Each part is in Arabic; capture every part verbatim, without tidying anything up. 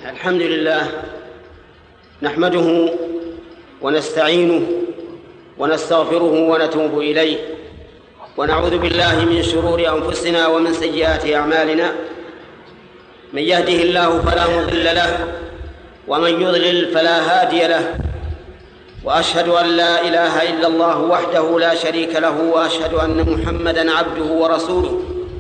الحمد لله نحمده ونستعينه ونستغفره ونتوب إليه، ونعوذ بالله من شرور أنفسنا ومن سيئات أعمالنا. من يهده الله فلا مضل له، ومن يضلل فلا هادي له، وأشهد أن لا إله إلا الله وحده لا شريك له، وأشهد أن محمدًا عبده ورسوله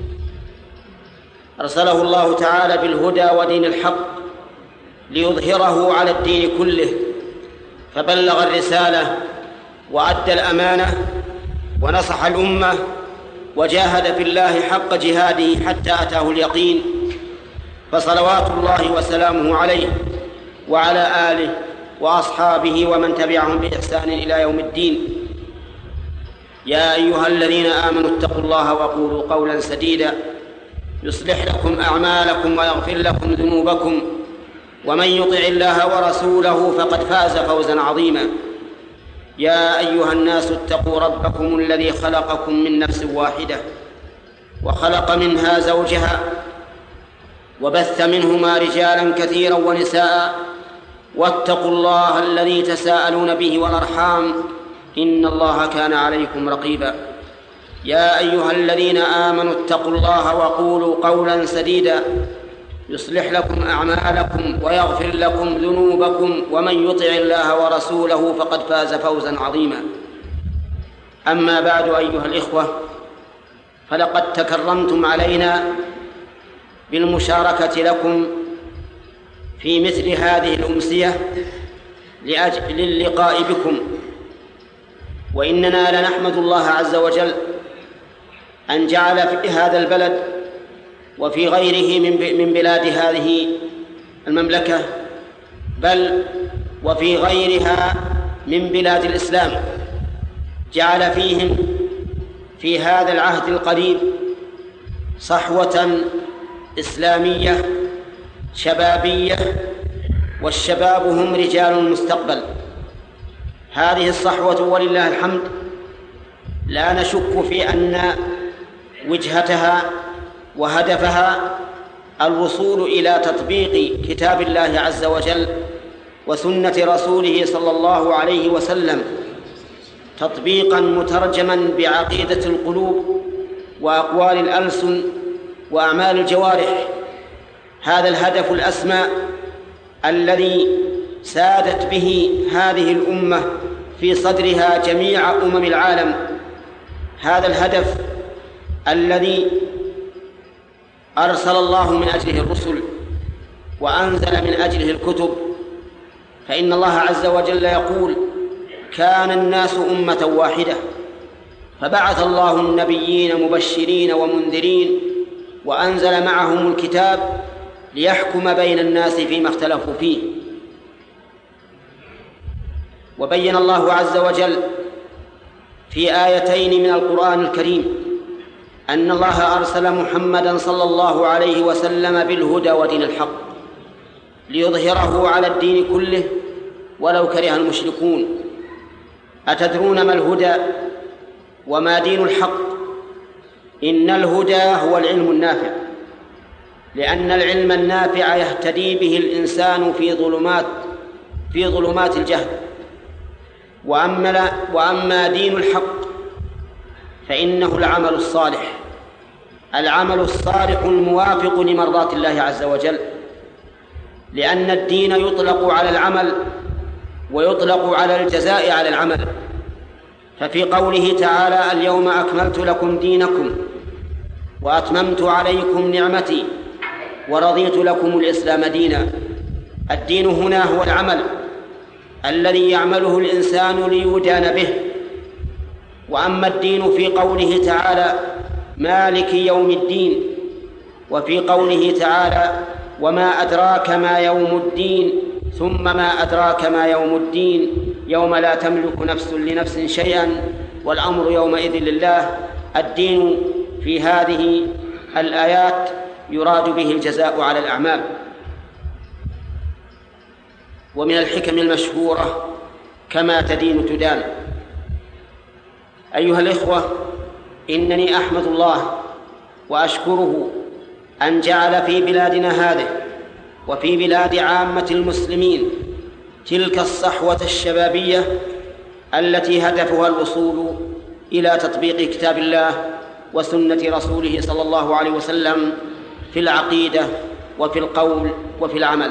أرسله الله تعالى بالهدى ودين الحق ليظهره على الدين كله، فبلغ الرسالة وأدى الأمانة ونصح الأمة وجاهد في الله حق جهاده حتى أتاه اليقين، فصلوات الله وسلامه عليه وعلى آله وأصحابه ومن تبعهم بإحسان إلى يوم الدين. يا أيها الذين آمنوا اتقوا الله وقولوا قولا سديدا يصلح لكم أعمالكم ويغفر لكم ذنوبكم، ومن يطع الله ورسوله فقد فاز فوزا عظيما. يا أيها الناس اتقوا ربكم الذي خلقكم من نفس واحدة وخلق منها زوجها وبث منهما رجالا كثيرا ونساء، واتقوا الله الذي تساءلون به والأرحام إن الله كان عليكم رقيبا. يا أيها الذين آمنوا اتقوا الله وقولوا قولا سديدا يصلح لكم أعمالكم ويغفر لكم ذنوبكم، ومن يطع الله ورسوله فقد فاز فوزا عظيما. أما بعد أيها الإخوة، فلقد تكرمتم علينا بالمشاركة لكم في مثل هذه الأمسية لأجل اللقاء بكم، وإننا لنحمد الله عز وجل أن جعل في هذا البلد وفي غيره من بلاد هذه المملكة، بل وفي غيرها من بلاد الإسلام، جعل فيهم في هذا العهد القريب صحوة إسلامية شبابية، والشباب هم رجال المستقبل. هذه الصحوة ولله الحمد لا نشك في أن وجهتها وهدفها الوصول إلى تطبيق كتاب الله عز وجل وسنة رسوله صلى الله عليه وسلم، تطبيقا مترجما بعقيدة القلوب وأقوال الألسن وأعمال الجوارح. هذا الهدف الأسمى الذي سادت به هذه الأمة في صدرها جميع أمم العالم، هذا الهدف الذي أرسل الله من أجله الرسل وأنزل من أجله الكتب. فإن الله عز وجل يقول: كان الناس أمة واحدة فبعث الله النبيين مبشرين ومنذرين وأنزل معهم الكتاب ليحكم بين الناس فيما اختلفوا فيه. وبين الله عز وجل في آيتين من القرآن الكريم أن الله أرسل محمدًا صلى الله عليه وسلم بالهدى ودين الحق ليظهره على الدين كله ولو كره المشركون. أتدرون ما الهدى وما دين الحق؟ إن الهدى هو العلم النافع، لأن العلم النافع يهتدي به الإنسان في ظلمات في ظلمات الجهل. وأما, وأما دين الحق فإنه العمل الصالح، العمل الصالح الموافق لمرضاة الله عز وجل، لأن الدين يطلق على العمل ويطلق على الجزاء على العمل. ففي قوله تعالى: اليوم أكملت لكم دينكم وأتممت عليكم نعمتي ورضيت لكم الإسلام دينا، الدين هنا هو العمل الذي يعمله الإنسان ليدان به. وأما الدين في قوله تعالى: مالك يوم الدين، وفي قوله تعالى: وما أدراك ما يوم الدين، ثم ما أدراك ما يوم الدين، يوم لا تملك نفس لنفس شيئا والأمر يومئذ لله. الدين في هذه الآيات يراد به الجزاء على الأعمال. ومن الحكم المشهورة: كما تدين تدان. أيها الإخوة، إنني أحمد الله وأشكره أن جعل في بلادنا هذه وفي بلاد عامة المسلمين تلك الصحوة الشبابية التي هدفها الوصول إلى تطبيق كتاب الله وسنة رسوله صلى الله عليه وسلم في العقيدة وفي القول وفي العمل.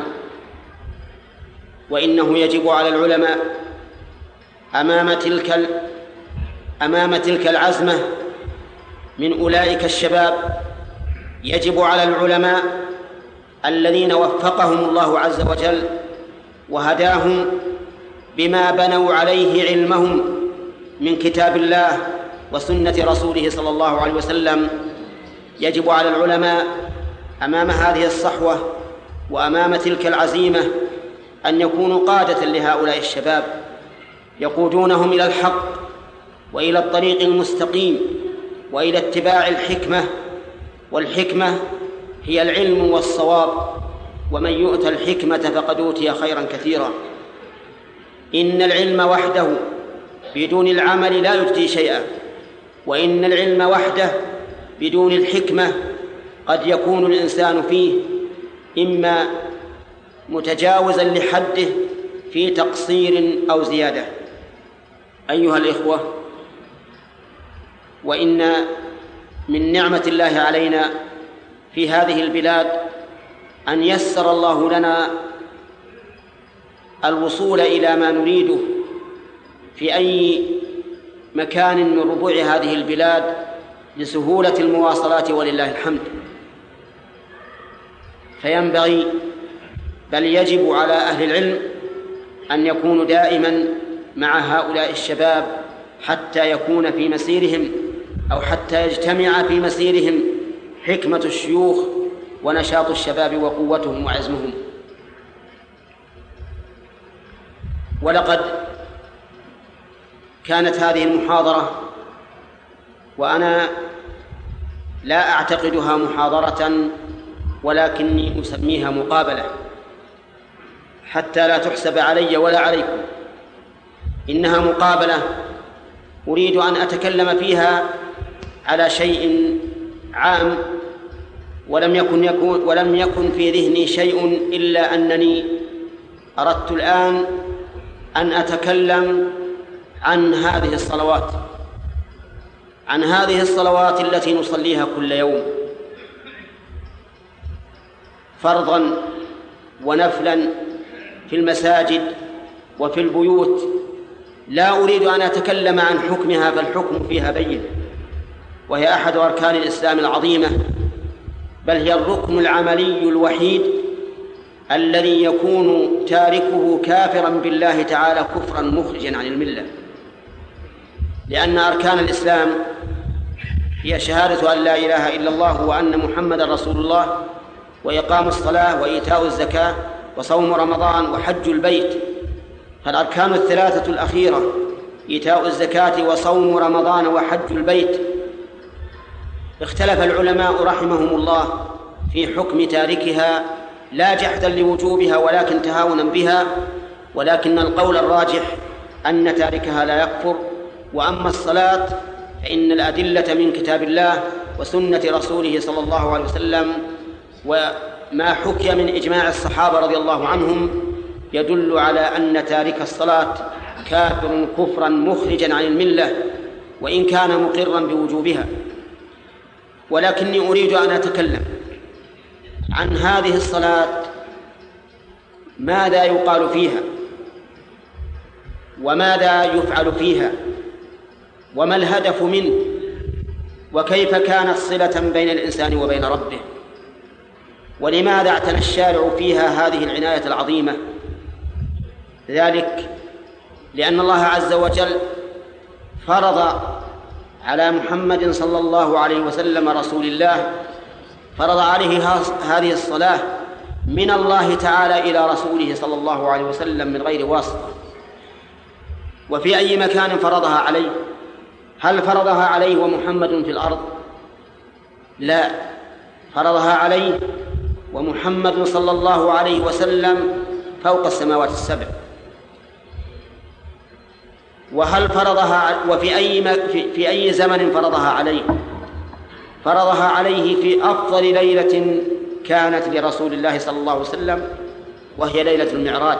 وإنه يجب على العلماء أمام تلك أمام تلك العزمة من أولئك الشباب، يجب على العلماء الذين وفقهم الله عز وجل وهداهم بما بنوا عليه علمهم من كتاب الله وسنة رسوله صلى الله عليه وسلم، يجب على العلماء أمام هذه الصحوة وأمام تلك العزيمة أن يكونوا قادة لهؤلاء الشباب، يقودونهم إلى الحق وإلى الطريق المستقيم وإلى اتباع الحكمة. والحكمة هي العلم والصواب، ومن يؤت الحكمة فقد أوتي خيرا كثيرا. إن العلم وحده بدون العمل لا يجدي شيئا، وإن العلم وحده بدون الحكمة قد يكون الإنسان فيه إما متجاوزا لحده في تقصير أو زيادة. أيها الإخوة، وإن من نعمة الله علينا في هذه البلاد أن يسر الله لنا الوصول إلى ما نريده في أي مكان من ربوع هذه البلاد لسهولة المواصلات ولله الحمد. فينبغي بل يجب على أهل العلم أن يكونوا دائما مع هؤلاء الشباب حتى يكون في مسيرهم أو حتى يجتمع في مسيرهم حكمة الشيوخ ونشاط الشباب وقوتهم وعزمهم. ولقد كانت هذه المحاضرة وأنا لا أعتقدها محاضرة ولكني أسميها مقابلة حتى لا تحسب علي ولا عليكم. إنها مقابلة أريد أن أتكلم فيها على شيء عام، ولم يكن يكون ولم يكن في ذهني شيء إلا أنني أردت الآن أن أتكلم عن هذه الصلوات عن هذه الصلوات التي نصليها كل يوم فرضا ونفلا في المساجد وفي البيوت. لا أريد أن أتكلم عن حكمها، فالحكم فيها بين، وهي أحد أركان الإسلام العظيمة، بل هي الركن العملي الوحيد الذي يكون تاركه كافرا بالله تعالى كفرا مخرجا عن الملة. لأن أركان الإسلام هي شهادة أن لا إله إلا الله وأن محمدا رسول الله، وإقام الصلاة وإيتاء الزكاة وصوم رمضان وحج البيت. فالأركان الثلاثة الأخيرة إيتاء الزكاة وصوم رمضان وحج البيت اختلف العلماء رحمهم الله في حكم تاركها، لا جحدا لوجوبها ولكن تهاونا بها، ولكن القول الراجح أن تاركها لا يكفر. وأما الصلاة فإن الأدلة من كتاب الله وسنة رسوله صلى الله عليه وسلم وما حكي من إجماع الصحابة رضي الله عنهم يدل على أن تارك الصلاة كافر كفرا مخرجا عن الملة وإن كان مقرا بوجوبها. ولكني أريد أن أتكلم عن هذه الصلاة، ماذا يقال فيها وماذا يفعل فيها وما الهدف منه وكيف كانت صلة بين الإنسان وبين ربه، ولماذا اعتنى الشارع فيها هذه العناية العظيمة. ذلك لأن الله عز وجل فرض على محمد صلى الله عليه وسلم رسول الله، فرض عليه هذه الصلاة من الله تعالى إلى رسوله صلى الله عليه وسلم من غير واسطة. وفي أي مكان فرضها عليه؟ هل فرضها عليه ومحمد في الأرض؟ لا، فرضها عليه ومحمد صلى الله عليه وسلم فوق السماوات السبع. وهل فرضها وفي أي في أي زمن فرضها عليه؟ فرضها عليه في أفضل ليلة كانت لرسول الله صلى الله عليه وسلم، وهي ليلة المعراج.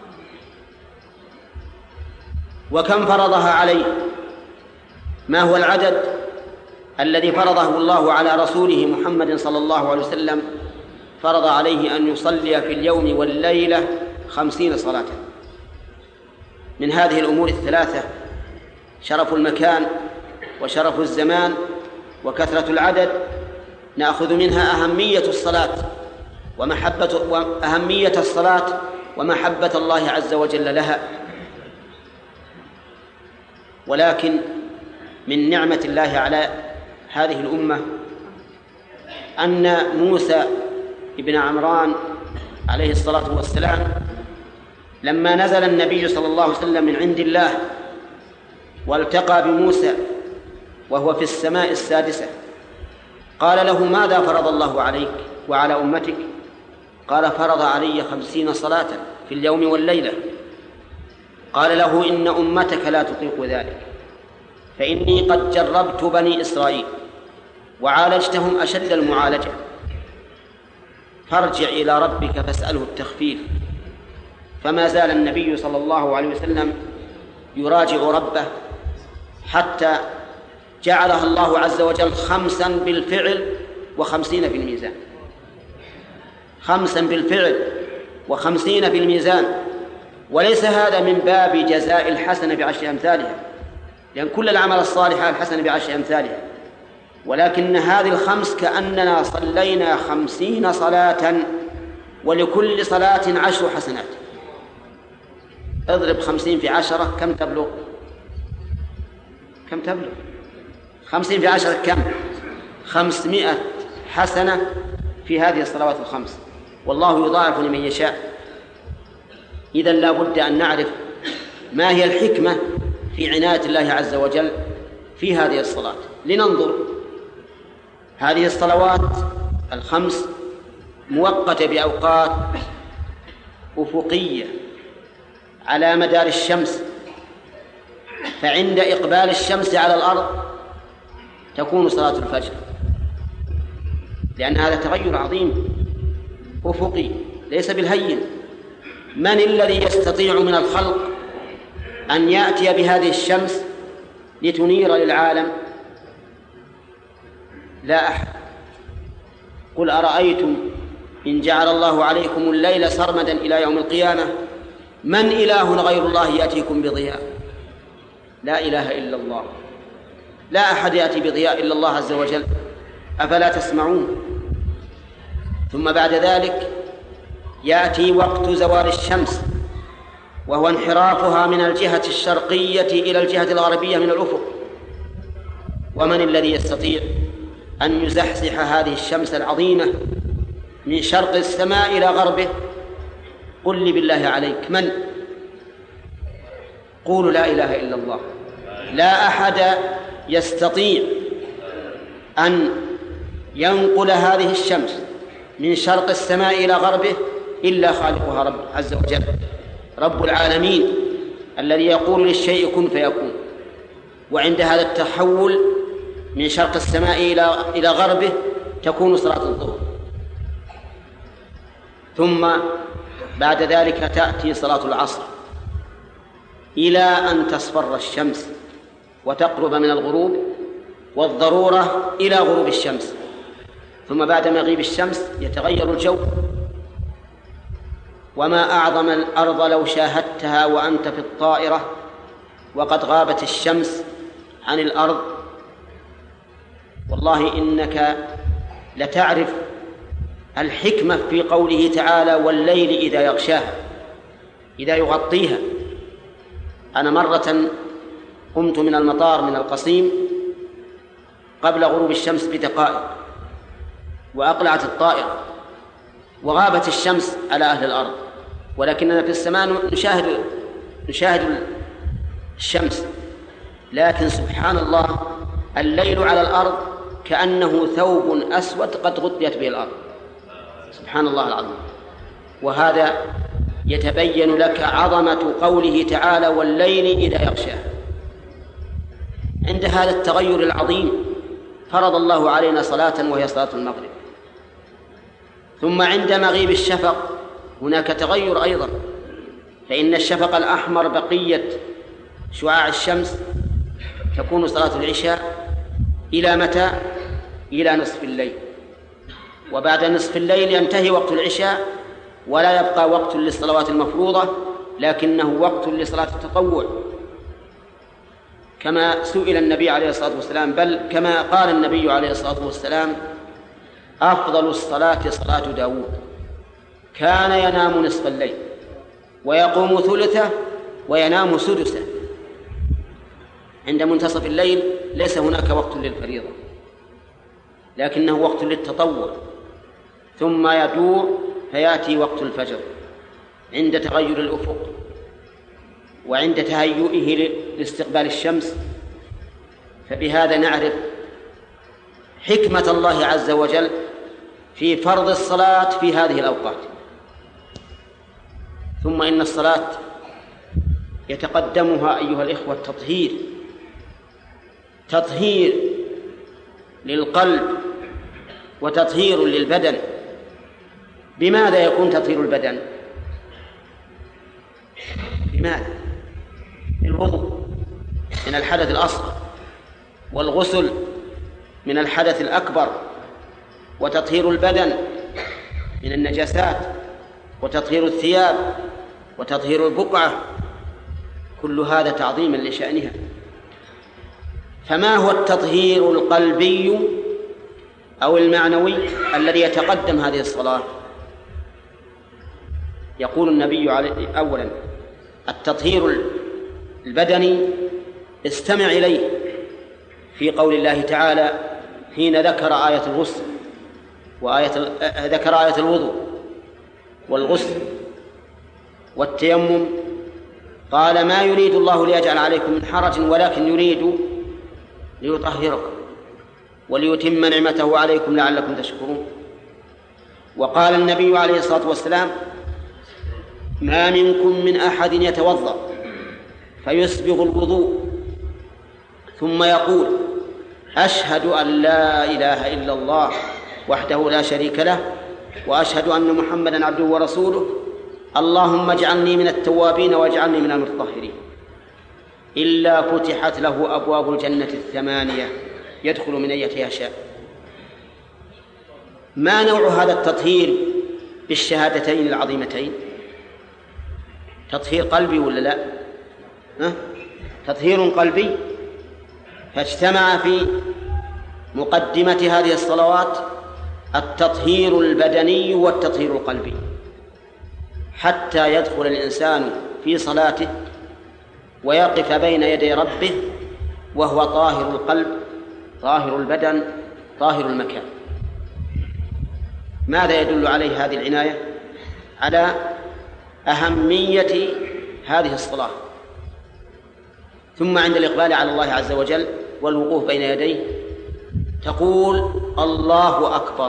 وكم فرضها عليه؟ ما هو العدد الذي فرضه الله على رسوله محمد صلى الله عليه وسلم؟ فرض عليه أن يصلي في اليوم والليلة خمسين صلاة. من هذه الأمور الثلاثة شرف المكان وشرف الزمان وكثرة العدد نأخذ منها أهمية الصلاة ومحبة وأهمية الصلاة ومحبة الله عز وجل لها. ولكن من نعمة الله على هذه الأمة أن موسى ابن عمران عليه الصلاة والسلام لما نزل النبي صلى الله عليه وسلم من عند الله والتقى بموسى وهو في السماء السادسة قال له: ماذا فرض الله عليك وعلى أمتك؟ قال: فرض علي خمسين صلاة في اليوم والليلة. قال له: إن أمتك لا تطيق ذلك، فإني قد جربت بني إسرائيل وعالجتهم أشد المعالجة، فارجع إلى ربك فاسأله التخفيف. فما زال النبي صلى الله عليه وسلم يراجع ربه حتى جعلها الله عز وجل خمسا بالفعل وخمسين في الميزان، خمسا بالفعل وخمسين في الميزان. وليس هذا من باب جزاء الحسنة بعشر أمثالها، لأن كل العمل الصالح الحسنة بعشر أمثالها، ولكن هذه الخمس كأننا صلينا خمسين صلاة ولكل صلاة عشر حسنات. اضرب خمسين في عشرة كم تبلغ؟ كم تبلغ؟ خمسين في عشرة كم؟ خمسمائة حسنة في هذه الصلوات الخمس، والله يضاعف لمن يشاء. إذن لا بد أن نعرف ما هي الحكمة في عناية الله عز وجل في هذه الصلاة. لننظر، هذه الصلوات الخمس موقتة بأوقات أفقية على مدار الشمس، فعند إقبال الشمس على الأرض تكون صلاة الفجر، لأن هذا تغير عظيم أفقي ليس بالهين. من الذي يستطيع من الخلق أن يأتي بهذه الشمس لتنير للعالم؟ لا أحد. قل أرأيتم إن جعل الله عليكم الليل سرمدا إلى يوم القيامة من إله غير الله يأتيكم بضياء؟ لا إله إلا الله، لا أحد يأتي بضياء إلا الله عز وجل، أفلا تسمعون؟ ثم بعد ذلك يأتي وقت زوال الشمس، وهو انحرافها من الجهة الشرقية إلى الجهة الغربية من الأفق. ومن الذي يستطيع أن يزحزح هذه الشمس العظيمة من شرق السماء إلى غربه؟ قل لي بالله عليك من؟ قولوا لا إله إلا الله. لا أحد يستطيع أن ينقل هذه الشمس من شرق السماء إلى غربه إلا خالقها رب عز وجل، رب العالمين، الذي يقول للشيء كن فيكون. وعند هذا التحول من شرق السماء إلى إلى غربه تكون صلاة الظهر، ثم بعد ذلك تأتي صلاة العصر إلى أن تصفر الشمس وتقرب من الغروب، والضرورة إلى غروب الشمس. ثم بعد مغيب الشمس يتغير الجو. وما أعظم الأرض لو شاهدتها وأنت في الطائرة وقد غابت الشمس عن الأرض. والله إنك لتعرف الحكمة في قوله تعالى: والليل إذا يغشاها، إذا يغطيها. أنا مرة قمت من المطار من القصيم قبل غروب الشمس بدقائق، وأقلعت الطائرة وغابت الشمس على أهل الأرض، ولكننا في السماء نشاهد نشاهد الشمس. لكن سبحان الله، الليل على الأرض كأنه ثوب أسود قد غطيت به الأرض، سبحان الله العظيم. وهذا يتبين لك عظمة قوله تعالى: والليل إذا يغشاه. عند هذا التغير العظيم فرض الله علينا صلاة وهي صلاة المغرب، ثم عند مغيب الشفق هناك تغير أيضا، فإن الشفق الأحمر بقية شعاع الشمس تكون صلاة العشاء إلى متى؟ إلى نصف الليل، وبعد نصف الليل ينتهي وقت العشاء ولا يبقى وقت للصلوات المفروضة، لكنه وقت لصلاة التطوع، كما سئل النبي عليه الصلاة والسلام، بل كما قال النبي عليه الصلاة والسلام: أفضل الصلاة صلاة داود، كان ينام نصف الليل ويقوم ثلثه وينام سدسه. عند منتصف الليل ليس هناك وقت للفريضة، لكنه وقت للتطوع، ثم يدور فيأتي وقت الفجر عند تغير الأفق وعند تهيئه لاستقبال الشمس. فبهذا نعرف حكمة الله عز وجل في فرض الصلاة في هذه الأوقات. ثم إن الصلاة يتقدمها أيها الإخوة التطهير، تطهير للقلب وتطهير للبدن. بماذا يكون تطهير البدن؟ بماذا؟ الوضوء من الحدث الأصغر، والغسل من الحدث الأكبر، وتطهير البدن من النجاسات، وتطهير الثياب، وتطهير البقعة، كل هذا تعظيما لشأنها. فما هو التطهير القلبي أو المعنوي الذي يتقدم هذه الصلاة؟ يقول النبي عليه أولا: التطهير البدني استمع إليه في قول الله تعالى حين ذكر آية الغسل وآية ذكر آية الوضوء والغسل والتيمم، قال: ما يريد الله ليجعل عليكم من حرج ولكن يريد ليطهركم وليتم نعمته عليكم لعلكم تشكرون. وقال النبي عليه الصلاة والسلام: ما منكم من أحد يتوضأ فيسبغ الوضوء ثم يقول: أشهد أن لا إله إلا الله وحده لا شريك له وأشهد أن محمدًا عبده ورسوله، اللهم اجعلني من التوابين واجعلني من المتطهرين، إلا فتحت له أبواب الجنة الثمانية يدخل من أيتها شاء. ما نوع هذا التطهير بالشهادتين العظيمتين؟ تطهير قلبي ولا لا؟ أه؟ تطهير قلبي، فاجتمع في مقدمة هذه الصلوات التطهير البدني والتطهير القلبي، حتى يدخل الإنسان في صلاته ويقف بين يدي ربه وهو طاهر القلب طاهر البدن طاهر المكان. ماذا يدل عليه هذه العناية؟ على أهمية هذه الصلاة. ثم عند الإقبال على الله عز وجل والوقوف بين يديه تقول: الله أكبر،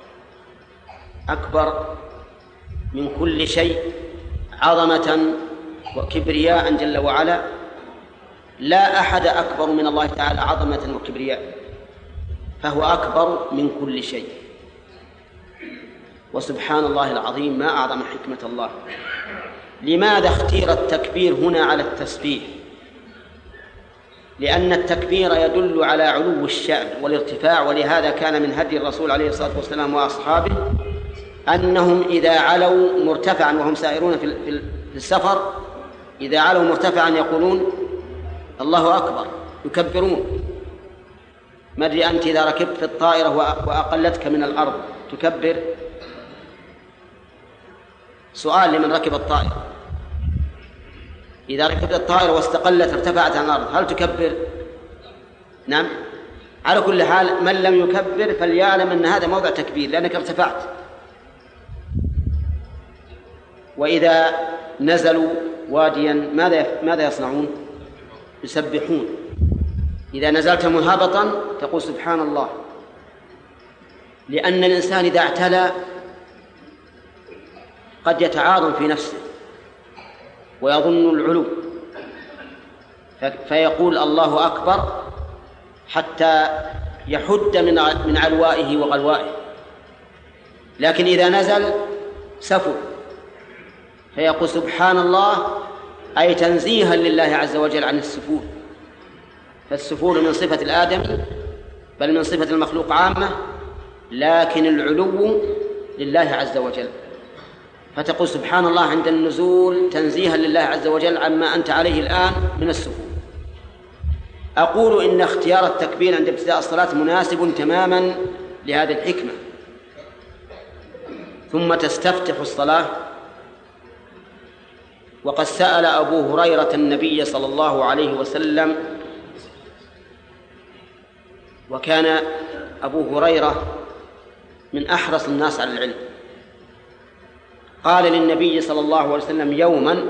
أكبر من كل شيء عظمة وكبرياء جل وعلا، لا أحد أكبر من الله تعالى عظمة وكبرياء، فهو أكبر من كل شيء. وسبحان الله العظيم، ما أعظم حكمة الله. لماذا اختير التكبير هنا على التسبيح؟ لأن التكبير يدل على علو الشأن والارتفاع، ولهذا كان من هدي الرسول عليه الصلاة والسلام وأصحابه أنهم إذا علوا مرتفعا وهم سائرون في السفر، إذا علوا مرتفعا يقولون: الله أكبر، يكبرون. ما أدري أنت إذا ركبت في الطائرة وأقلتك من الأرض تكبر؟ سؤال لمن ركب الطائرة: إذا ركبت الطائرة واستقلت ارتفعت عن الأرض هل تكبر؟ نعم. على كل حال، من لم يكبر فليعلم أن هذا موضع تكبير لأنك ارتفعت. وإذا نزلوا واديا ماذا ماذا يصنعون؟ يسبحون. إذا نزلت مهابطا تقول: سبحان الله. لأن الإنسان إذا اعتلى قد يتعاظم في نفسه ويظن العلو، فيقول الله أكبر حتى يحد من من علوائه وغلوائه. لكن إذا نزل سفل، فيقول سبحان الله، أي تنزيها لله عز وجل عن السفول. فالسفول من صفة الآدم بل من صفة المخلوق عامة، لكن العلو لله عز وجل، فتقول سبحان الله عند النزول تنزيها لله عز وجل عما أنت عليه الآن من السفول. أقول إن اختيار التكبير عند ابتداء الصلاة مناسب تماما لهذه الحكمة. ثم تستفتح الصلاة. وقد سأل أبو هريرة النبي صلى الله عليه وسلم، وكان أبو هريرة من أحرص الناس على العلم، قال للنبي صلى الله عليه وسلم يوما: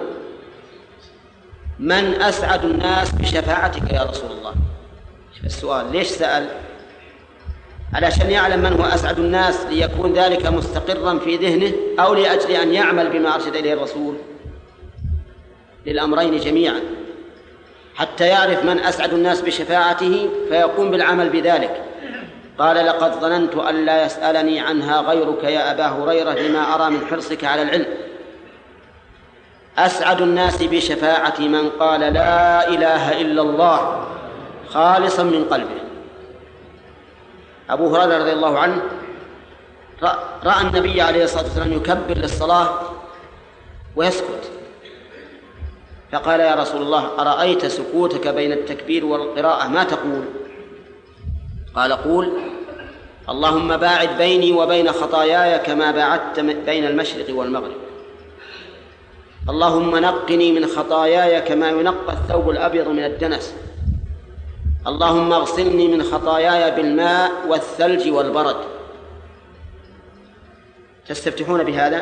من أسعد الناس بشفاعتك يا رسول الله؟ شوف السؤال، ليش سأل؟ علشان يعلم من هو أسعد الناس، ليكون ذلك مستقرا في ذهنه، أو لأجل أن يعمل بما أرشد إليه الرسول؟ للأمرين جميعا، حتى يعرف من أسعد الناس بشفاعته فيقوم بالعمل بذلك. قال: لقد ظننت أن لا يسألني عنها غيرك يا أبا هريرة، لما أرى من حرصك على العلم. أسعد الناس بشفاعة من قال لا إله إلا الله خالصا من قلبه. أبو هريرة رضي الله عنه رأى النبي عليه الصلاة والسلام يكبر للصلاة ويسكت، فقال: يا رسول الله، أرأيت سكوتك بين التكبير والقراءة ما تقول؟ قال: قول: اللهم باعد بيني وبين خطاياي كما باعدت بين المشرق والمغرب. اللهم نقني من خطاياي كما ينقى الثوب الأبيض من الدنس. اللهم اغسلني من خطاياي بالماء والثلج والبرد. تستفتحون بهذا؟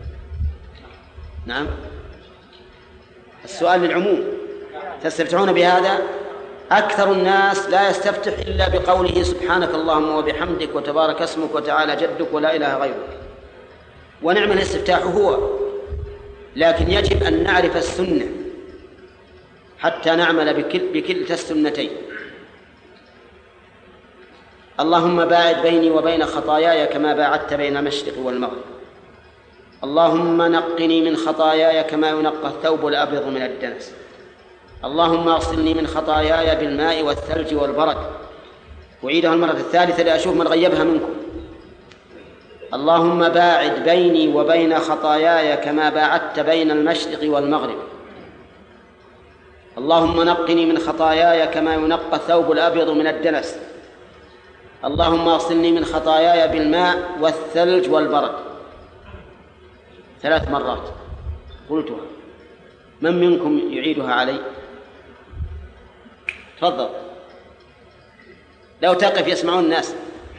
نعم، السؤال للعموم. تستفتحون بهذا؟ أكثر الناس لا يستفتح إلا بقوله سبحانك اللهم وبحمدك وتبارك اسمك وتعالى جدك ولا إله غيرك. ونعم الاستفتاح هو، لكن يجب أن نعرف السنة حتى نعمل بكل بكلتا السنتين. اللهم باعد بيني وبين خطاياي كما باعدت بين المشرق والمغرب. اللهم نقني من خطاياي كما ينقى الثوب الأبيض من الدنس. اللهم اغسلني من خطاياي بالماء والثلج والبرد. أعيدها المرة الثالثة لأشوف من غيبها منكم. اللهم باعد بيني وبين خطاياي كما باعدت بين المشرق والمغرب. اللهم نقني من خطاياي كما ينقى الثوب الأبيض من الدنس. اللهم اغسلني من خطاياي بالماء والثلج والبرد. ثلاث مرات قلتها. من منكم يعيدها علي؟ تفضل، لو تقف يسمعون الناس.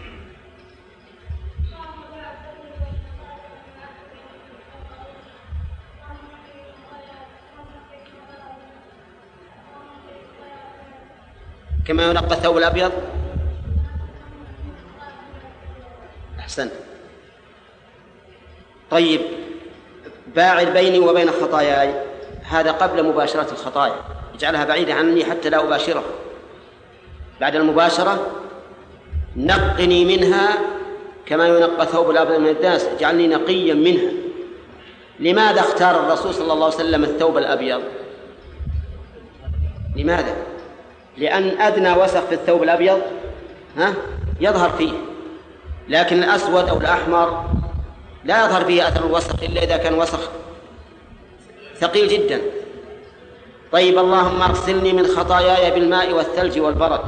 كما ينقى الثوب الأبيض. أحسنت. طيب، باعد بيني وبين خطاياي، هذا قبل مباشرة الخطايا، اجعلها بعيدة عني حتى لا أباشرها. بعد المباشرة نقني منها كما ينقى ثوب الأبيض من الدنس، اجعلني نقيا منها. لماذا اختار الرسول صلى الله عليه وسلم الثوب الأبيض؟ لماذا؟ لأن أدنى وسخ في الثوب الأبيض ها يظهر فيه، لكن الأسود أو الأحمر لا يظهر فيه أثر الوسخ إلا إذا كان وسخ ثقيل جدا. طيب، اللهم اغسلني من خطاياي بالماء والثلج والبرد.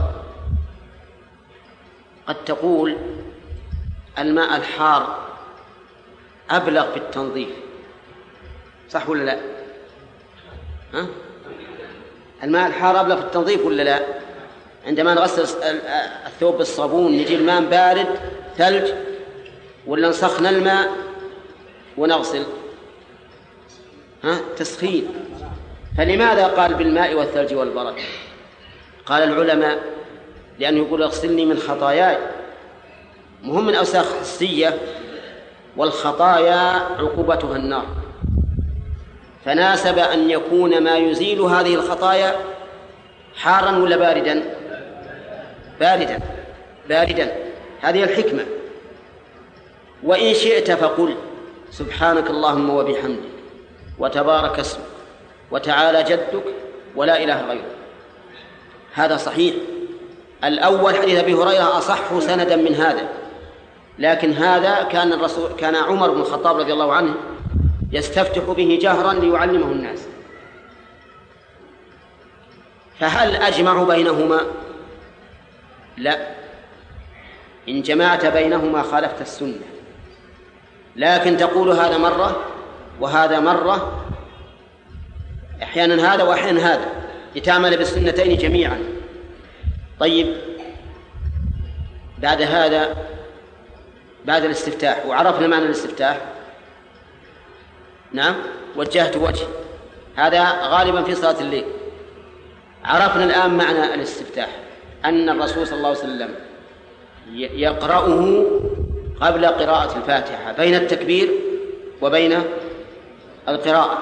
قد تقول الماء الحار أبلغ في التنظيف، صح ولا لا؟ ها؟ الماء الحار أبلغ في التنظيف ولا لا؟ عندما نغسل الثوب بالصابون نجي الماء بارد ثلج، ولا نسخن الماء ونغسل؟ ها؟ تسخين. فلماذا قال بالماء والثلج والبرد؟ قال العلماء لأنه يقول اغسلني من خطاياي، مهم من أوساخ حسية، والخطايا عقوبتها النار، فناسب أن يكون ما يزيل هذه الخطايا حارا ولا باردا؟ باردا باردا. هذه الحكمة. وإن شئت فقل سبحانك اللهم وبحمدك وتبارك اسمك وتعالى جدك ولا إله غيرك. هذا صحيح. الأول حديث أبي هريرة أصح سندا من هذا، لكن هذا كان الرسول كان عمر بن الخطاب رضي الله عنه يستفتح به جهرا ليعلمه الناس. فهل أجمع بينهما؟ لا، إن جمعت بينهما خالفت السنة، لكن تقول هذا مرة وهذا مرة، أحيانا هذا وأحيانا هذا، لتعمل بالسنتين جميعا. طيب، بعد هذا بعد الاستفتاح وعرفنا معنى الاستفتاح، نعم، وجهت وجهي، هذا غالبا في صلاة الليل. عرفنا الآن معنى الاستفتاح، أن الرسول صلى الله عليه وسلم يقرأه قبل قراءة الفاتحة بين التكبير وبين القراءة.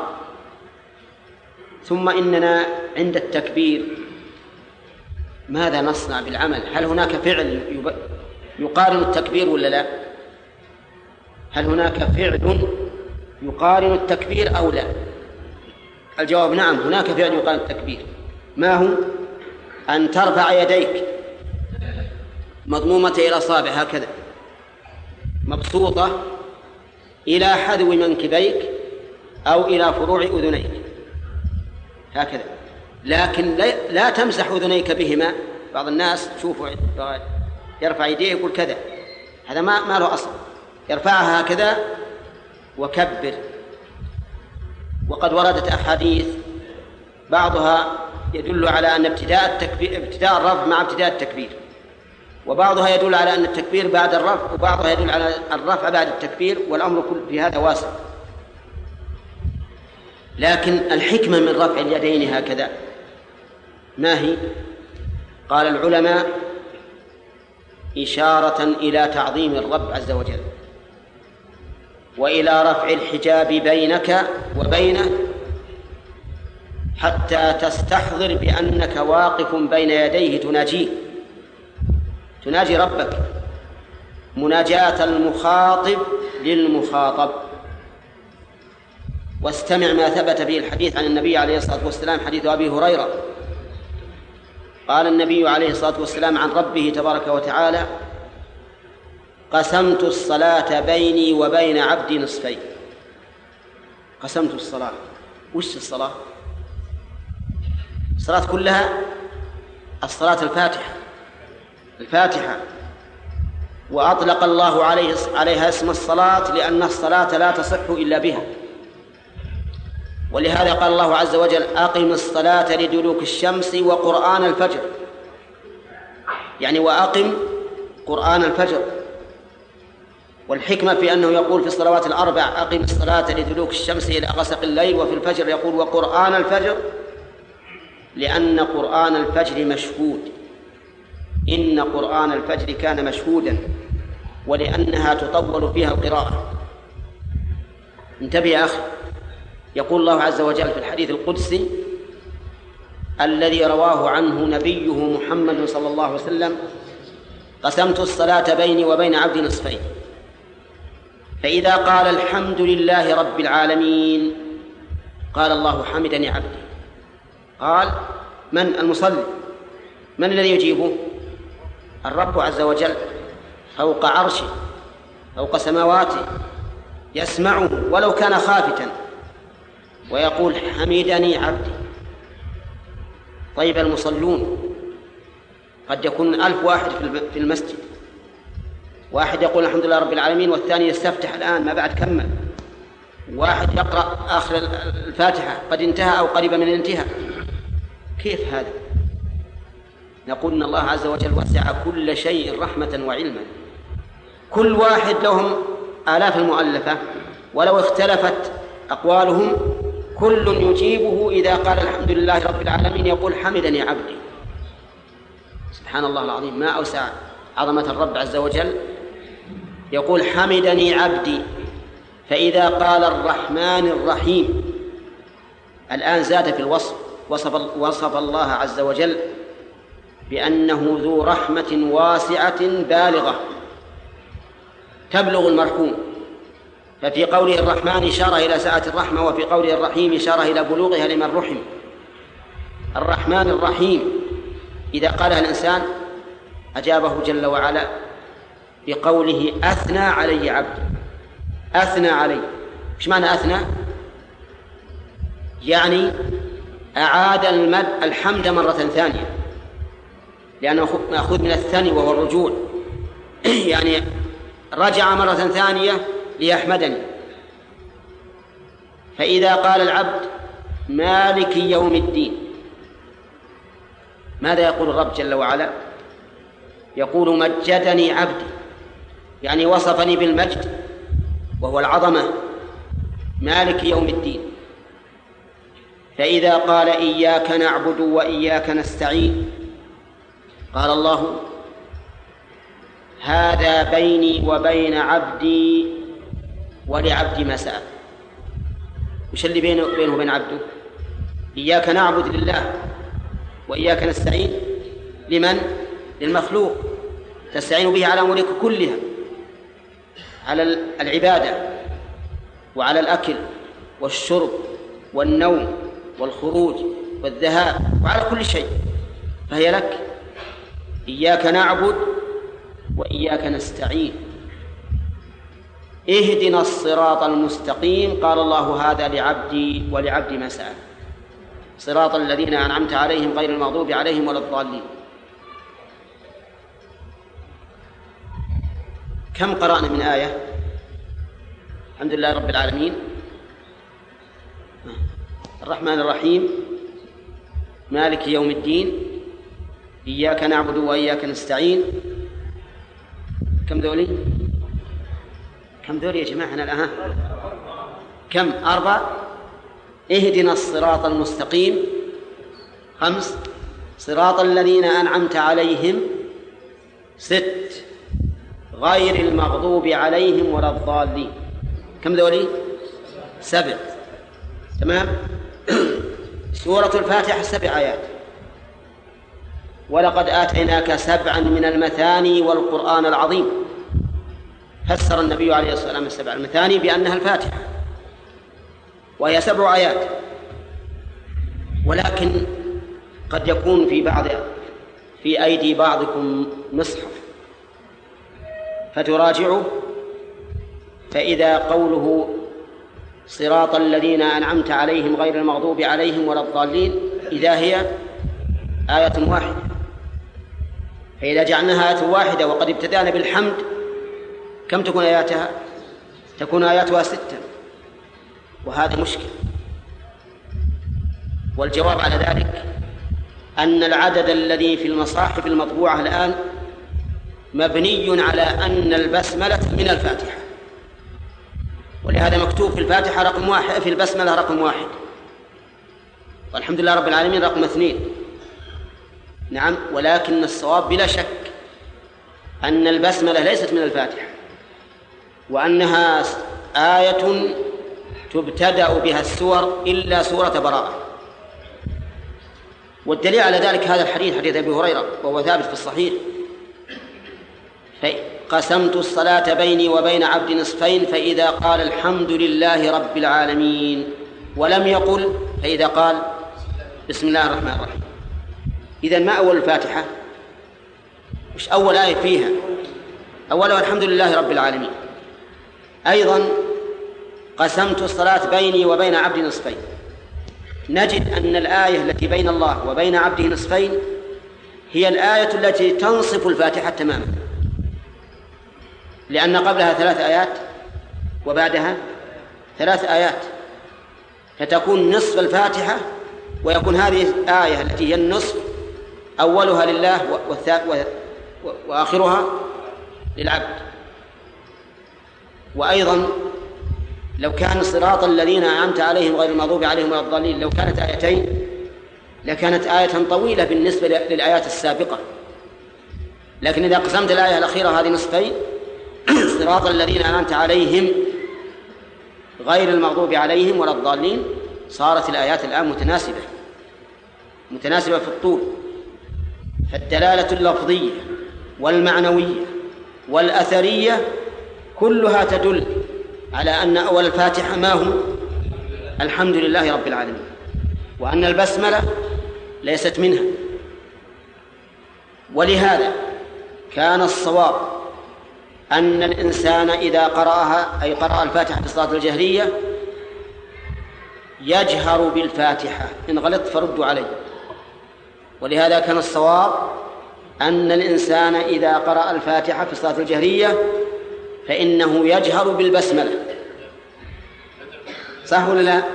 ثم إننا عند التكبير ماذا نصنع بالعمل؟ هل هناك فعل يقارن التكبير ولا لا؟ هل هناك فعل يقارن التكبير أو لا؟ الجواب نعم، هناك فعل يقارن التكبير. ما هو؟ أن ترفع يديك مضمومة إلى أصابع هكذا مبسوطة إلى حذو منكبيك أو إلى فروع أذنيك هكذا، لكن لا تمسح أذنيك بهما. بعض الناس تشوفوا يرفع يديه يقول كذا، هذا ما ما له أصل. يرفعها هكذا وكبر. وقد وردت أحاديث بعضها يدل على أن ابتداء التكبير ابتداء الرفع مع ابتداء التكبير، وبعضها يدل على أن التكبير بعد الرفع، وبعضها يدل على الرفع بعد التكبير، والأمر كل في هذا واسع. لكن الحكمة من رفع اليدين هكذا ما هي؟ قال العلماء إشارة إلى تعظيم الرب عز وجل، وإلى رفع الحجاب بينك وبينه، حتى تستحضر بأنك واقف بين يديه تناجيه، تناجي ربك مناجاة المخاطب للمخاطب. واستمع ما ثبت به الحديث عن النبي عليه الصلاة والسلام، حديث أبي هريرة. قال النبي عليه الصلاة والسلام عن ربه تبارك وتعالى: قسمت الصلاة بيني وبين عبدي نصفين. قسمت الصلاة، وش الصلاة؟ الصلاة كلها الصلاة الفاتحة الفاتحة وأطلق الله عليه عليها اسم الصلاة لأن الصلاة لا تصح إلا بها. ولهذا قال الله عز وجل: أقم الصلاة لدلوك الشمس وقرآن الفجر، يعني وأقم قرآن الفجر. والحكمة في أنه يقول في الصلوات الأربع: أقم الصلاة لدلوك الشمس إلى غسق الليل، وفي الفجر يقول: وقرآن الفجر، لأن قرآن الفجر مشهود، إن قرآن الفجر كان مشهودا، ولأنها تطول فيها القراءة. انتبه يا أخي، يقول الله عز وجل في الحديث القدسي الذي رواه عنه نبيه محمد صلى الله عليه وسلم: قسمت الصلاة بيني وبين عبدي نصفين، فإذا قال الحمد لله رب العالمين قال الله: حمدني عبدي. قال: من المصلي؟ من الذي يجيبه؟ الرب عز وجل فوق عرشه فوق سماواته، يسمعه ولو كان خافتا، ويقول: حمدني عبدي. طيب، المصلون قد يكون ألف واحد في المسجد، واحد يقول الحمد لله رب العالمين، والثاني يستفتح الآن ما بعد كمل، واحد يقرأ آخر الفاتحة قد انتهى أو قريب من الانتهاء. كيف هذا؟ نقول إن الله عز وجل وسع كل شيء رحمة وعلما. كل واحد لهم آلاف المؤلفة، ولو اختلفت أقوالهم كل يجيبه إذا قال الحمد لله رب العالمين يقول: حمدني عبدي. سبحان الله العظيم، ما أوسع عظمة الرب عز وجل. يقول: حمدني عبدي. فإذا قال الرحمن الرحيم الآن زاد في الوصف، وصف, وصف الله عز وجل بأنه ذو رحمة واسعة بالغة. تبلغ المرحوم. ففي قوله الرحمن إشارة إلى سعة الرحمة، وفي قوله الرحيم إشارة إلى بلوغها لمن رحم. الرحمن الرحيم إذا قالها الإنسان أجابه جل وعلا بقوله أثنى علي عبد. أثنى علي، إيش معنى أثنى؟ يعني أعاد الحمد مرة ثانية، لأنه مأخوذ من الثاني وهو الرجوع، يعني رجع مرة ثانية ليحمدني. فإذا قال العبد مالك يوم الدين، ماذا يقول الرب جل وعلا؟ يقول مجدني عبدي، يعني وصفني بالمجد وهو العظمة، مالك يوم الدين. فإذا قال إياك نعبد وإياك نستعين، قال الله هذا بيني وبين عبدي ولعبدي ما سأل. وش اللي بينه وبين عبده؟ إياك نعبد لله، وإياك نستعين لمن؟ للمخلوق، تستعين به على أمورك كلها، على العبادة وعلى الأكل والشرب والنوم والخروج والذهاب وعلى كل شيء، فهي لك. إياك نعبد وإياك نستعين اهدنا الصراط المستقيم، قال الله هذا لعبدي ولعبدي ما سأل، صراط الذين أنعمت عليهم غير المغضوب عليهم ولا الضالين. كم قرأنا من آية؟ الحمد لله رب العالمين، الرحمن الرحيم، مالك يوم الدين، إياك نعبد وإياك نستعين. كم ذولي؟ كم ذولي يا جماعة الآن؟ كم؟ أربع. اهدنا الصراط المستقيم. خمس. صراط الذين أنعمت عليهم. ست. غير المغضوب عليهم ولا الضالين. كم ذولي؟ سبع. تمام. سورة الفاتحة سبع آيات. ولقد آتيناك سبعا من المثاني والقرآن العظيم. فسر النبي عليه الصلاة والسلام السبع المثاني بأنها الفاتحة، وهي سبع آيات. ولكن قد يكون في بعض في أيدي بعضكم مصحف فتراجعه، فإذا قوله صراط الذين أنعمت عليهم غير المغضوب عليهم ولا الضالين إذا هي آية واحدة، فإذا جعلناها آية واحدة وقد ابتدأنا بالحمد كم تكون آياتها؟ تكون آياتها ستة، وهذا مشكل. والجواب على ذلك أن العدد الذي في المصاحف المطبوعة الآن مبني على أن البسملة من الفاتحة، ولهذا مكتوب في الفاتحة رقم واحد، في البسملة رقم واحد، والحمد لله رب العالمين رقم اثنين. نعم، ولكن الصواب بلا شك أن البسملة ليست من الفاتحة، وأنها آية تبتدأ بها السور إلا سورة براءة. والدليل على ذلك هذا الحديث، حديث أبي هريرة وهو ثابت في الصحيح: قسمت الصلاة بيني وبين عبد نصفين، فإذا قال الحمد لله رب العالمين ولم يقل فإذا قال بسم الله الرحمن الرحيم. إذن ما أول الفاتحة؟ مش أول آية فيها؟ أولها الحمد لله رب العالمين. أيضا قسمت الصلاة بيني وبين عبد نصفين، نجد أن الآية التي بين الله وبين عبده نصفين هي الآية التي تنصف الفاتحة تماما، لأن قبلها ثلاث آيات وبعدها ثلاث آيات، فتكون نصف الفاتحة، ويكون هذه الآية التي هي النصف أولها لله وآخرها للعبد. وأيضا لو كان صراط الذين أنعمت عليهم غير المغضوب عليهم ولا الضالين لو كانت آيتين لكانت آية طويلة بالنسبة للآيات السابقة، لكن إذا قسمت الآية الأخيرة هذه نصفين صراط الذين أنعمت عليهم غير المغضوب عليهم ولا الضالين، صارت الآيات الآن متناسبة متناسبة في الطول. فالدلالة اللفظية والمعنوية والأثرية كلها تدل على أن أول الفاتحة ما هو؟ الحمد لله رب العالمين، وأن البسملة ليست منها. ولهذا كان الصواب أن الإنسان إذا قرأها، أي قرأ الفاتحة في الصلاة الجهرية، يجهر بالفاتحة. إن غلطت فردوا علي. ولهذا كان الصواب أن الإنسان إذا قرأ الفاتحة في الصلاة الجهرية فإنه يجهر بالبسملة. صح ولا لا؟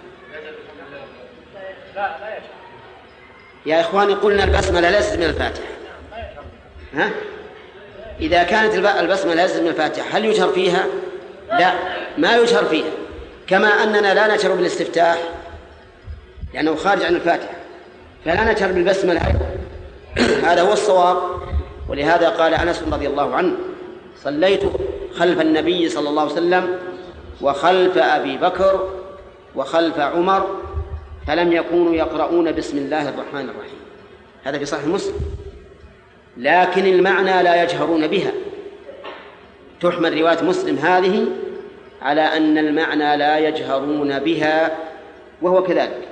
يا إخواني قلنا البسملة ليست من الفاتحة. ها؟ إذا كانت البسملة ليست من الفاتحة هل يجهر فيها؟ لا، ما يجهر فيها، كما أننا لا نجهر بالاستفتاح لأنه خارج عن الفاتحة، فلا نجهر بالبسملة. هذا هو الصواب. ولهذا قال أنس رضي الله عنه: صليت خلف النبي صلى الله عليه وسلم وخلف أبي بكر وخلف عمر فلم يكونوا يقرؤون بسم الله الرحمن الرحيم. هذا في صحيح مسلم. لكن المعنى لا يجهرون بها. تحمل رواية مسلم هذه على أن المعنى لا يجهرون بها، وهو كذلك.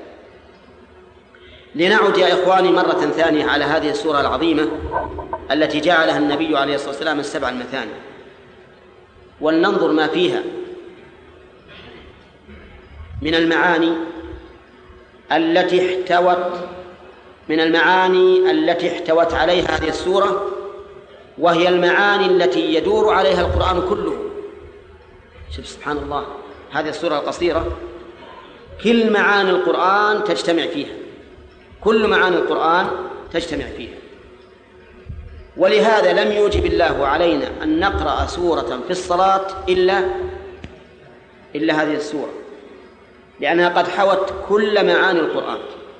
لنعد يا إخواني مرة ثانية على هذه السورة العظيمة التي جعلها النبي عليه الصلاة والسلام السبع المثاني، ولننظر ما فيها من المعاني التي احتوت من المعاني التي احتوت عليها هذه السورة، وهي المعاني التي يدور عليها القرآن كله. شوف سبحان الله، هذه السورة القصيرة كل معاني القرآن تجتمع فيها، كل معاني القرآن تجتمع فيها. ولهذا لم يوجب الله علينا أن نقرأ سورة في الصلاة إلا إلا هذه السورة، لأنها قد حوت كل معاني القرآن.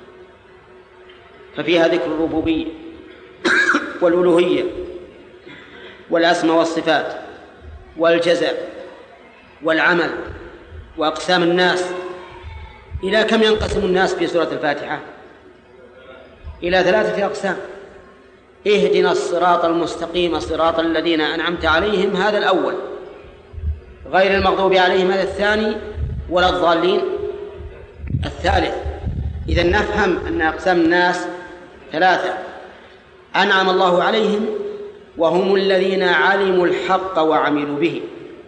ففيها ذكر الربوبية والألوهية والأسماء والصفات والجزاء والعمل وأقسام الناس. إلى كم ينقسم الناس في سورة الفاتحة؟ إلى ثلاثة أقسام. اهدنا الصراط المستقيم صراط الذين أنعمت عليهم، هذا الأول. غير المغضوب عليهم، هذا الثاني. ولا الضالين، الثالث. إذن نفهم أن أقسام الناس ثلاثة: أنعم الله عليهم وهم الذين علموا الحق وعملوا به.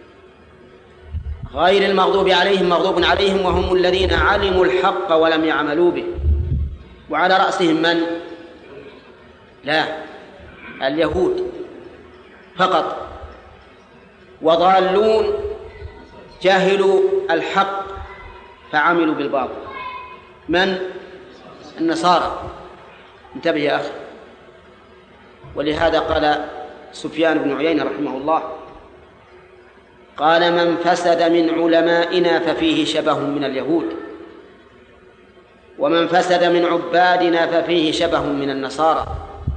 غير المغضوب عليهم، مغضوب عليهم وهم الذين علموا الحق ولم يعملوا به. وعلى رأسهم من؟ لا، اليهود فقط. وضالون جاهلوا الحق فعملوا بالباطل. من؟ النصارى. انتبه يا أخي. ولهذا قال سفيان بن عيينة رحمه الله: قال: من فسد من علمائنا ففيه شبه من اليهود، ومن فسد من عبادنا ففيه شبه من النصارى.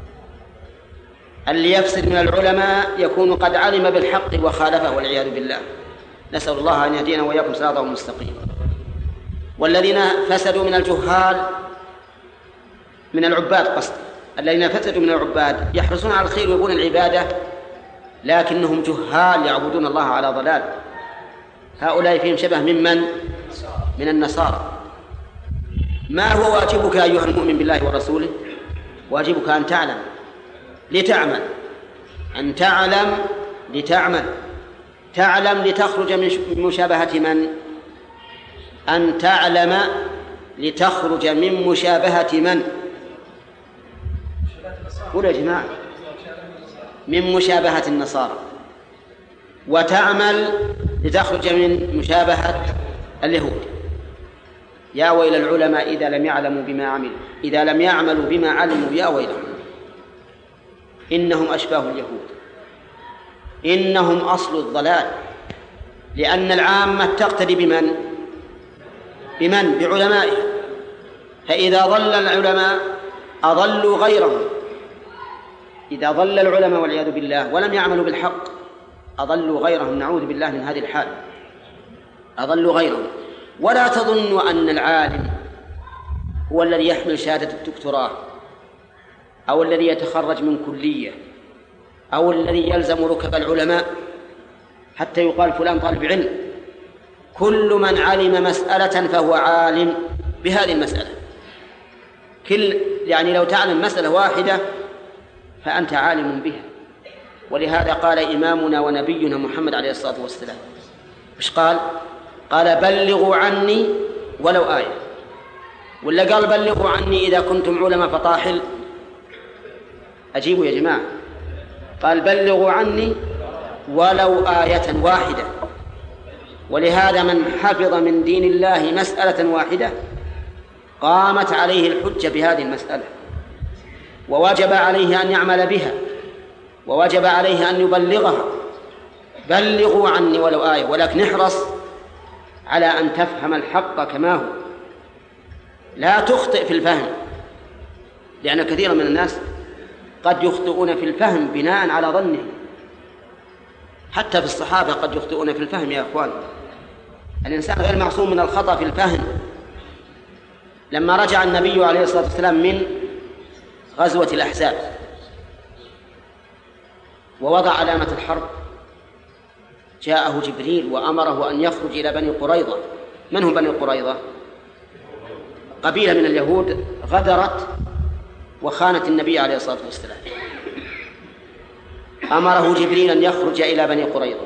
اللي يفسد من العلماء يكون قد علم بالحق وخالفه والعياذ بالله. نسأل الله أن يهدينا وإياكم صراطه المستقيم. والذين فسدوا من الجهال، من العباد قصد، الذين فسدوا من العباد يحرصون على الخير ويبون العبادة لكنهم جهال يعبدون الله على ضلال. هؤلاء فيهم شبه ممن؟ من النصارى. ما هو واجبك أيها المؤمن بالله ورسوله؟ واجبك أن تعلم لتعمل، أن تعلم لتعمل. تعلم لتخرج من مشابهة من؟ أن تعلم لتخرج من مشابهة من؟ قولوا يا جماعة، من مشابهة النصارى. وتعمل لتخرج من مشابهة اليهود. يا ويل العلماء إذا لم يعلموا بما عملوا، إذا لم يعملوا بما علموا يا ويلهم، إنهم أشباه اليهود، إنهم أصل الضلال. لأن العامة تقتدي بمن؟ بمن؟ بعلمائه. فإذا ضل العلماء أضلوا غيرهم. إذا ضل العلماء والعياذ بالله ولم يعملوا بالحق أضلوا غيرهم، نعوذ بالله من هذه الحال، أضلوا غيرهم. ولا تظنوا أن العالم هو الذي يحمل شهادة الدكتوراه أو الذي يتخرج من كلية أو الذي يلزم ركب العلماء. حتى يقال فلان طالب علم. كل من علم مسألة فهو عالم بهذه المسألة. كل يعني لو تعلم مسألة واحدة فأنت عالم بها. ولهذا قال إمامنا ونبينا محمد عليه الصلاة والسلام إيش قال؟ قال بلغوا عني ولو آية. ولا قال بلغوا عني إذا كنتم علماء فطاحل؟ أجيبوا يا جماعة. قال بلغوا عني ولو آية واحدة. ولهذا من حفظ من دين الله مسألة واحدة قامت عليه الحجة بهذه المسألة، ووجب عليه أن يعمل بها، ووجب عليه أن يبلغها. بلغوا عني ولو آية. ولكن احرص على أن تفهم الحق كما هو، لا تخطئ في الفهم، لأن كثيرا من الناس قد يخطئون في الفهم بناء على ظنه. حتى في الصحابة قد يخطئون في الفهم يا أخوان. الإنسان غير معصوم من الخطأ في الفهم. لما رجع النبي عليه الصلاة والسلام من غزوة الأحزاب ووضع علامة الحرب، جاءه جبريل وأمره أن يخرج إلى بني قريظة. من هم بني قريظة؟ قبيلة من اليهود غدرت وخانت النبي عليه الصلاة والسلام. أمره جبريل أن يخرج إلى بني قريظة،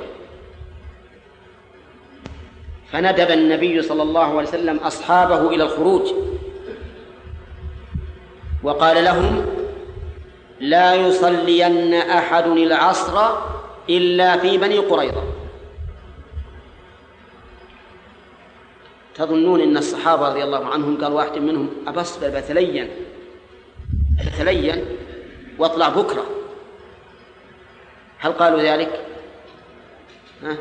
فندب النبي صلى الله عليه وسلم أصحابه إلى الخروج وقال لهم لا يصلين أحد العصر إلا في بني قريظة. تظنون أن الصحابة رضي الله عنهم قال واحد منهم أبصبر بثليا بثليا واطلع بكرة؟ هل قالوا ذلك؟ ها؟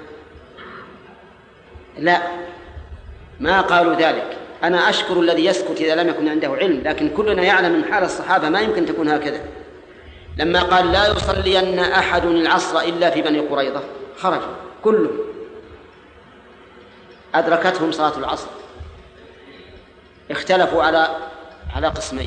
لا، ما قالوا ذلك. أنا أشكر الذي يسكت إذا لم يكن عنده علم، لكن كلنا يعلم من حال الصحابة ما يمكن تكون هكذا. لما قال لا يصلين أحد العصر إلا في بني قريظة خرجوا كلهم، أدركتهم صلاة العصر. اختلفوا على على قسمين.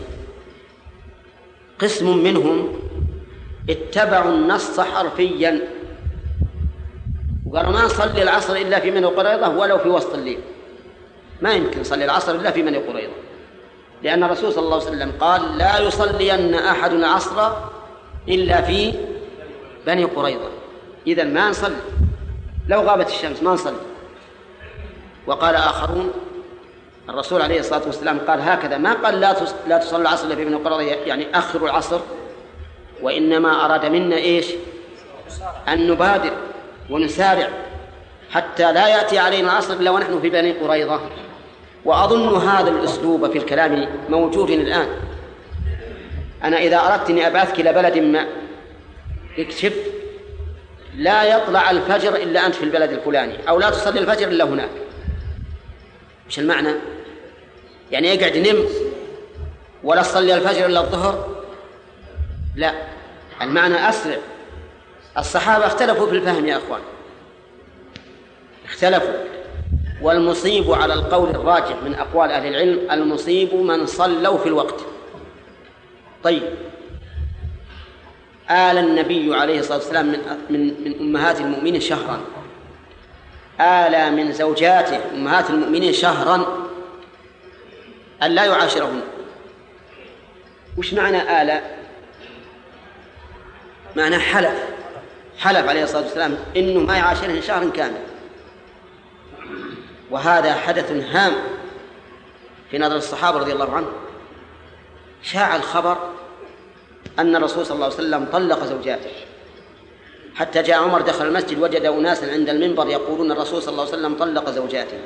قسم منهم اتبعوا النص حرفيا وقالوا ما نصلي العصر إلا في بني قريظة ولو في وسط الليل، ما يمكن نصلي العصر إلا في بني قريظة، لأن الرسول صلى الله عليه وسلم قال لا يصلين أحد العصر إلا في بني قريظة. إذن ما نصلي، لو غابت الشمس ما نصلي. وقال آخرون الرسول عليه الصلاة والسلام قال هكذا، ما قال لا لا تصلي العصر إلا في بني قريظة يعني أخروا العصر، وإنما أراد منا إيش؟ أن نبادر ونسارع حتى لا يأتي علينا العصر إلا ونحن في بني قريظة. وأظن هذا الأسلوب في الكلام موجود الآن. أنا إذا أردت أن أبعثك إلى بلد ما اكتب لا يطلع الفجر إلا أنت في البلد الفلاني، أو لا تصلي الفجر إلا هناك. مش المعنى؟ يعني يقعد نم ولا تصلي الفجر إلا الظهر؟ لا، المعنى أسرع. الصحابة اختلفوا في الفهم يا أخوان، اختلفوا. والمصيب على القول الراجح من أقوال أهل العلم المصيب من صلوا في الوقت. طيب، آل النبي عليه الصلاة والسلام من من من أمهات المؤمنين شهرا، آل من زوجاته أمهات المؤمنين شهرا أن لا يعاشرهن. وش معنى آل؟ معنى حلف، حلف عليه الصلاة والسلام إنه ما يعاشرهن شهرا كامل. وهذا حدث هام في نظر الصحابة رضي الله عنهم. شاع الخبر أن الرسول صلى الله عليه وسلم طلق زوجاته، حتى جاء عمر دخل المسجد وجد أناسا عند المنبر يقولون الرسول صلى الله عليه وسلم طلق زوجاته،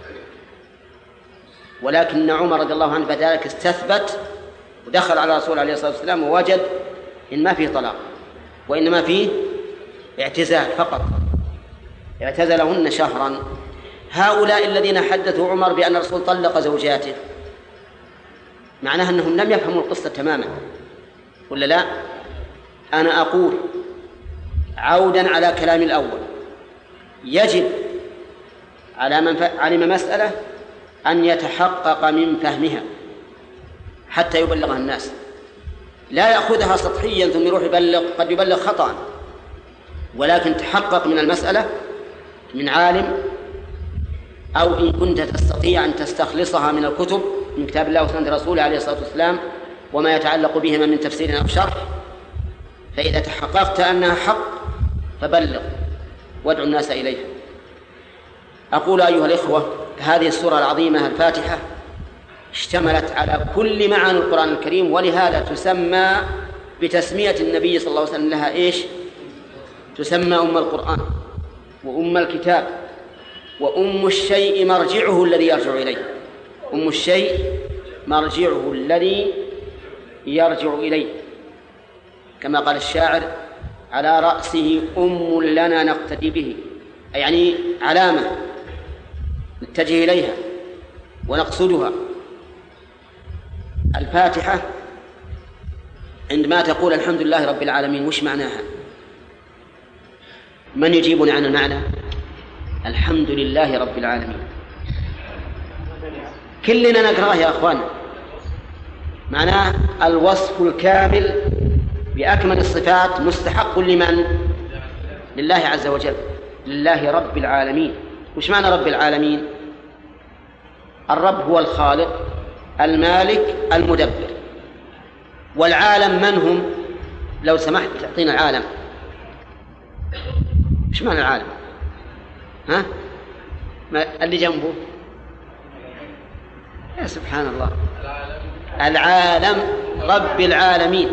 ولكن عمر رضي الله عنه بذلك استثبت ودخل على الرسول عليه الصلاة والسلام ووجد إن ما فيه طلاق وإنما فيه اعتزال فقط، اعتزلهن شهرا. هؤلاء الذين حدثوا عمر بأن الرسول طلق زوجاته معناها أنهم لم يفهموا القصة تماما، ولا لا؟ أنا أقول عودا على كلام الأول، يجب على من علم مسألة أن يتحقق من فهمها حتى يبلغها الناس، لا يأخذها سطحيا ثم يروح يبلغ، قد يبلغ خطأ، ولكن تحقق من المسألة من عالم، أو إن كنت تستطيع أن تستخلصها من الكتب من كتاب الله وسنة رسوله عليه الصلاة والسلام وما يتعلق بهما من تفسير أو شرح، فإذا تحققت أنها حق فبلغ وادعو الناس إليها. أقول أيها الإخوة، هذه السورة العظيمة الفاتحة اشتملت على كل معاني القرآن الكريم، ولهذا تسمى بتسمية النبي صلى الله عليه وسلم لها إيش؟ تسمى أم القرآن وأم الكتاب وأم الشيء مرجعه الذي يرجع إليه. أم الشيء مرجعه الذي يرجع إليه، كما قال الشاعر: على رأسه أم لنا نقتدي به، يعني علامة نتجه إليها ونقصدها. الفاتحة عندما تقول الحمد لله رب العالمين وش معناها؟ من يجيبني عن المعنى؟ الحمد لله رب العالمين كلنا نقرأه يا أخوان. معناه الوصف الكامل بأكمل الصفات مستحق لمن؟ لله عز وجل، لله رب العالمين. وش معنى رب العالمين؟ الرب هو الخالق المالك المدبر. والعالم من هم؟ لو سمحت تعطينا العالم. وش معنى العالم؟ ها؟ ما اللي جنبه؟ يا سبحان الله، العالم رب العالمين.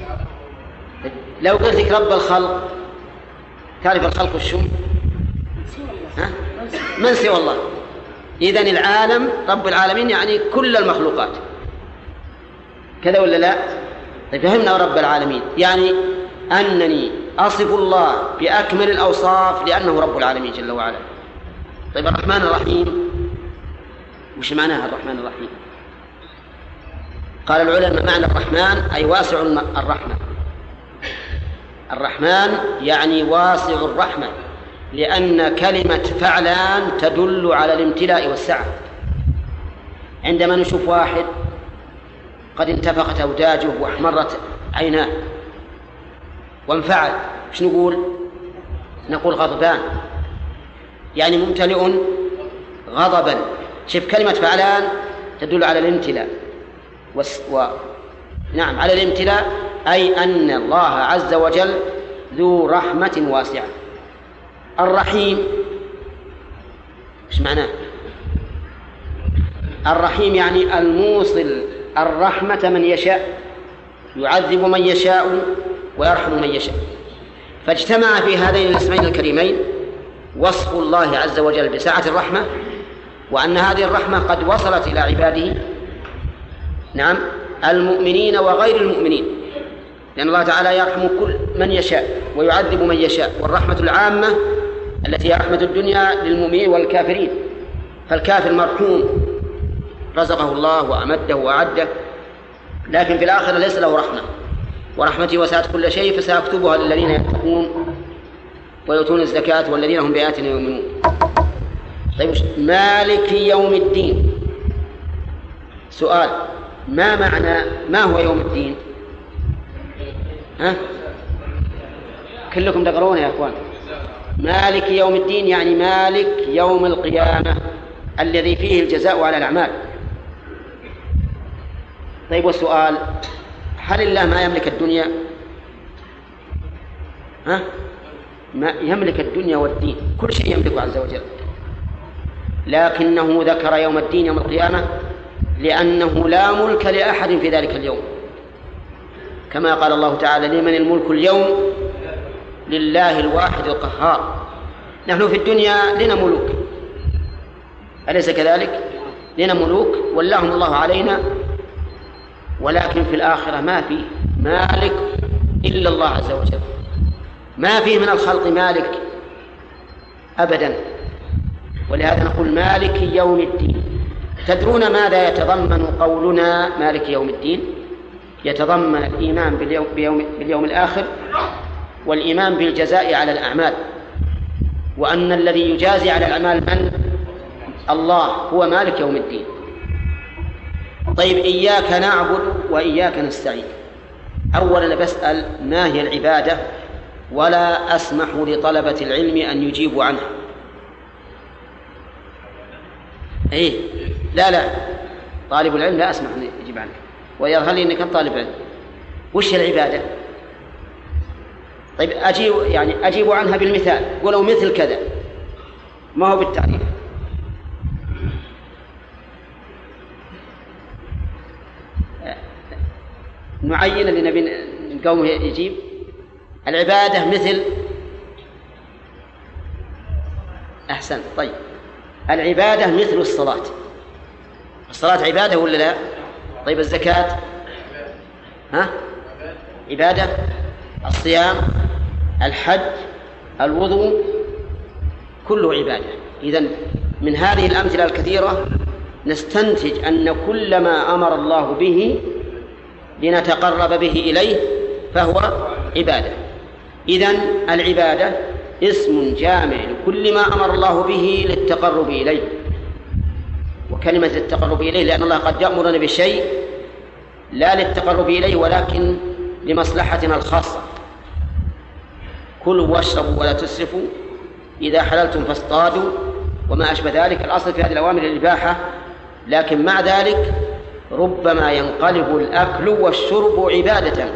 لو قلت لك رب الخلق، تعرف الخلق والشم؟ ها؟ من سوى الله. إذن العالم رب العالمين يعني كل المخلوقات، كذا ولا لا؟ طيب فهمنا رب العالمين يعني أنني أصف الله بأكمل الأوصاف لأنه رب العالمين جل وعلا. طيب الرحمن الرحيم وش معناها الرحمن الرحيم؟ قال العلماء معنى الرحمن أي واسع الرحمة. الرحمن يعني واسع الرحمة، لأن كلمة فعلان تدل على الامتلاء والسعة. عندما نشوف واحد قد انتفخت أوداجه واحمرت عيناه وانفعل، ايش نقول؟ نقول غضبان، يعني ممتلئ غضبا. شوف كلمة فعلان تدل على الامتلاء وس... و... نعم على الامتلاء، أي أن الله عز وجل ذو رحمة واسعة. الرحيم ايش معناه؟ الرحيم يعني الموصل الرحمة من يشاء، يعذب من يشاء ويرحم من يشاء. فاجتمع في هذين الاسمين الكريمين وصف الله عز وجل بسعة الرحمة، وأن هذه الرحمة قد وصلت إلى عباده، نعم المؤمنين وغير المؤمنين، لأن الله تعالى يرحم كل من يشاء ويعذب من يشاء. والرحمة العامة التي هي رحمة الدنيا للمؤمنين والكافرين، فالكافر مرحوم رزقه الله وأمده وأعده، لكن في الآخرة ليس له رحمة. ورحمتي وسعت كل شيء فسأكتبها للذين يتقون ويؤتون الزكاة والذين هم بآياتنا يؤمنون. طيب مالك يوم الدين، سؤال: ما معنى ما هو يوم الدين؟ ها؟ كلكم تقرؤون يا أخوان. مالك يوم الدين يعني مالك يوم القيامة الذي فيه الجزاء على الأعمال. طيب والسؤال: هل الله ما يملك الدنيا؟ ها؟ ما يملك الدنيا والدين، كل شيء يملكه عز وجل، لكنه ذكر يوم الدين يوم القيامة لأنه لا ملك لأحد في ذلك اليوم، كما قال الله تعالى: لمن الملك اليوم لله الواحد القهار. نحن في الدنيا لنا ملوك، أليس كذلك؟ لنا ملوك ولاهم الله علينا، ولكن في الآخرة ما في مالك إلا الله عز وجل، ما فيه من الخلق مالك أبدا. ولهذا نقول مالك يوم الدين. تدرون ماذا يتضمن قولنا مالك يوم الدين؟ يتضمن الإيمان باليوم, باليوم, باليوم الآخر، والإيمان بالجزاء على الأعمال، وأن الذي يجازي على الأعمال من؟ الله، هو مالك يوم الدين. طيب إياك نعبد وإياك نستعين. أولا بسأل ما هي العبادة، ولا أسمح لطلبة العلم أن يجيبوا عنها، إيه لا لا طالب العلم لا أسمح أن يجيب عنك، ويظهر لي أنك طالب علم. وش هي العبادة؟ طيب أجيب يعني أجيب عنها بالمثال، ولو مثل كذا ما هو بالتعريف. نعين اللي نبي القوم يجيب. العبادة مثل أحسن. طيب العبادة مثل الصلاة. الصلاة عبادة ولا لا؟ طيب الزكاة ها عبادة، الصيام، الحج، الوضوء كله عبادة. إذن من هذه الأمثلة الكثيرة نستنتج أن كل ما أمر الله به لنتقرب به إليه فهو عبادة. إذن العبادة اسم جامع لكل ما أمر الله به للتقرب إليه. وكلمة التقرب إليه لأن الله قد يأمرنا بشيء لا للتقرب إليه ولكن لمصلحتنا الخاصة. كلوا واشربوا ولا تسرفوا، إذا حللتم فاصطادوا، وما أشبه ذلك. الأصل في هذه الأوامر الإباحة، لكن مع ذلك ربما ينقلب الأكل والشرب عبادة.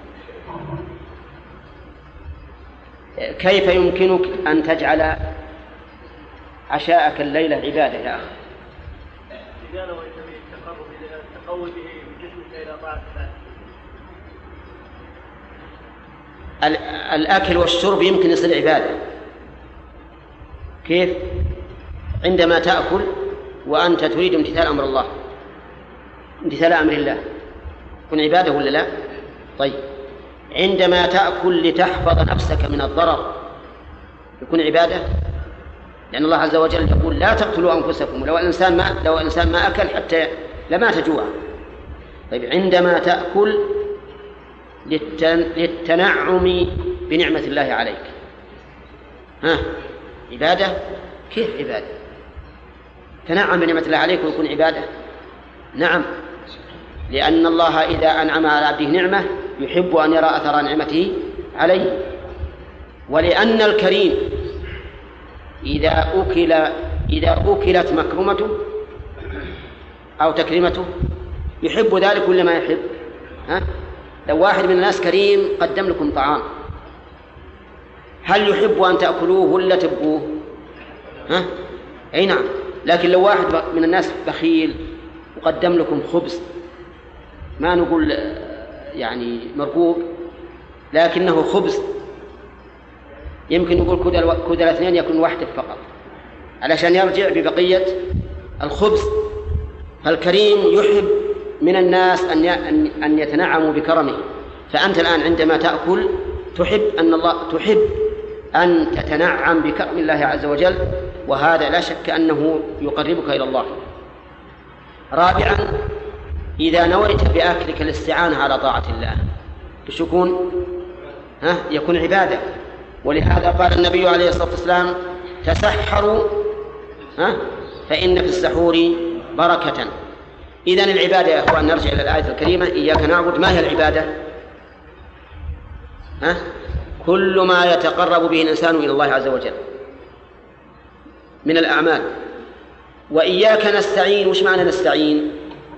كيف يمكنك أن تجعل عشاءك الليلة عبادة يا أخي؟ عبادة ويسمي التقرب إلى التقوي به بجسمك إلى طاعة الله. الأكل والشرب يمكن يصير عبادة. كيف؟ عندما تأكل وأنت تريد امتثال أمر الله، امتثال أمر الله يكون عبادة ولا لا؟ طيب عندما تأكل لتحفظ نفسك من الضرر يكون عبادة، لأن الله عز وجل يقول لا تقتلوا أنفسكم، لو الإنسان ما لو الإنسان ما أكل حتى لمات جوعا. طيب عندما تأكل للتنعم بنعمة الله عليك، ها عبادة؟ كيف عبادة؟ تنعم بنعمة الله عليك ويكون عبادة؟ نعم، لأن الله إذا أنعم على عبده نعمة يحب أن يرى أثر نعمته عليه. ولأن الكريم إذا أكل إذا أكلت مكرمته أو تكريمته يحب ذلك ولا ما يحب؟ ها؟ لو واحد من الناس كريم قدم لكم طعام، هل يحب أن تأكلوه ولا تبقوه؟ ها؟ أي نعم. لكن لو واحد من الناس بخيل وقدم لكم خبز، ما نقول يعني مرقوق لكنه خبز، يمكن نقول كود الاثنين يكون واحدة فقط علشان يرجع ببقية الخبز. فالكريم يحب من الناس أن أن يتنعموا بكرمه. فأنت الآن عندما تأكل تحب أن الله تحب أن تتنعم بكرم الله عز وجل، وهذا لا شك أنه يقربك إلى الله. رابعا إذا نويت بأكلك الاستعانة على طاعة الله إيش يكون؟ ها يكون عبادة. ولهذا قال النبي عليه الصلاة والسلام تسحروا ها فإن في السحور بركة. إذن العبادة يا أخوان، نرجع إلى الآية الكريمة إياك نعبد. ما هي العبادة؟ ها كل ما يتقرب به الإنسان إلى الله عز وجل من الأعمال. وإياك نستعين، وش معنى نستعين؟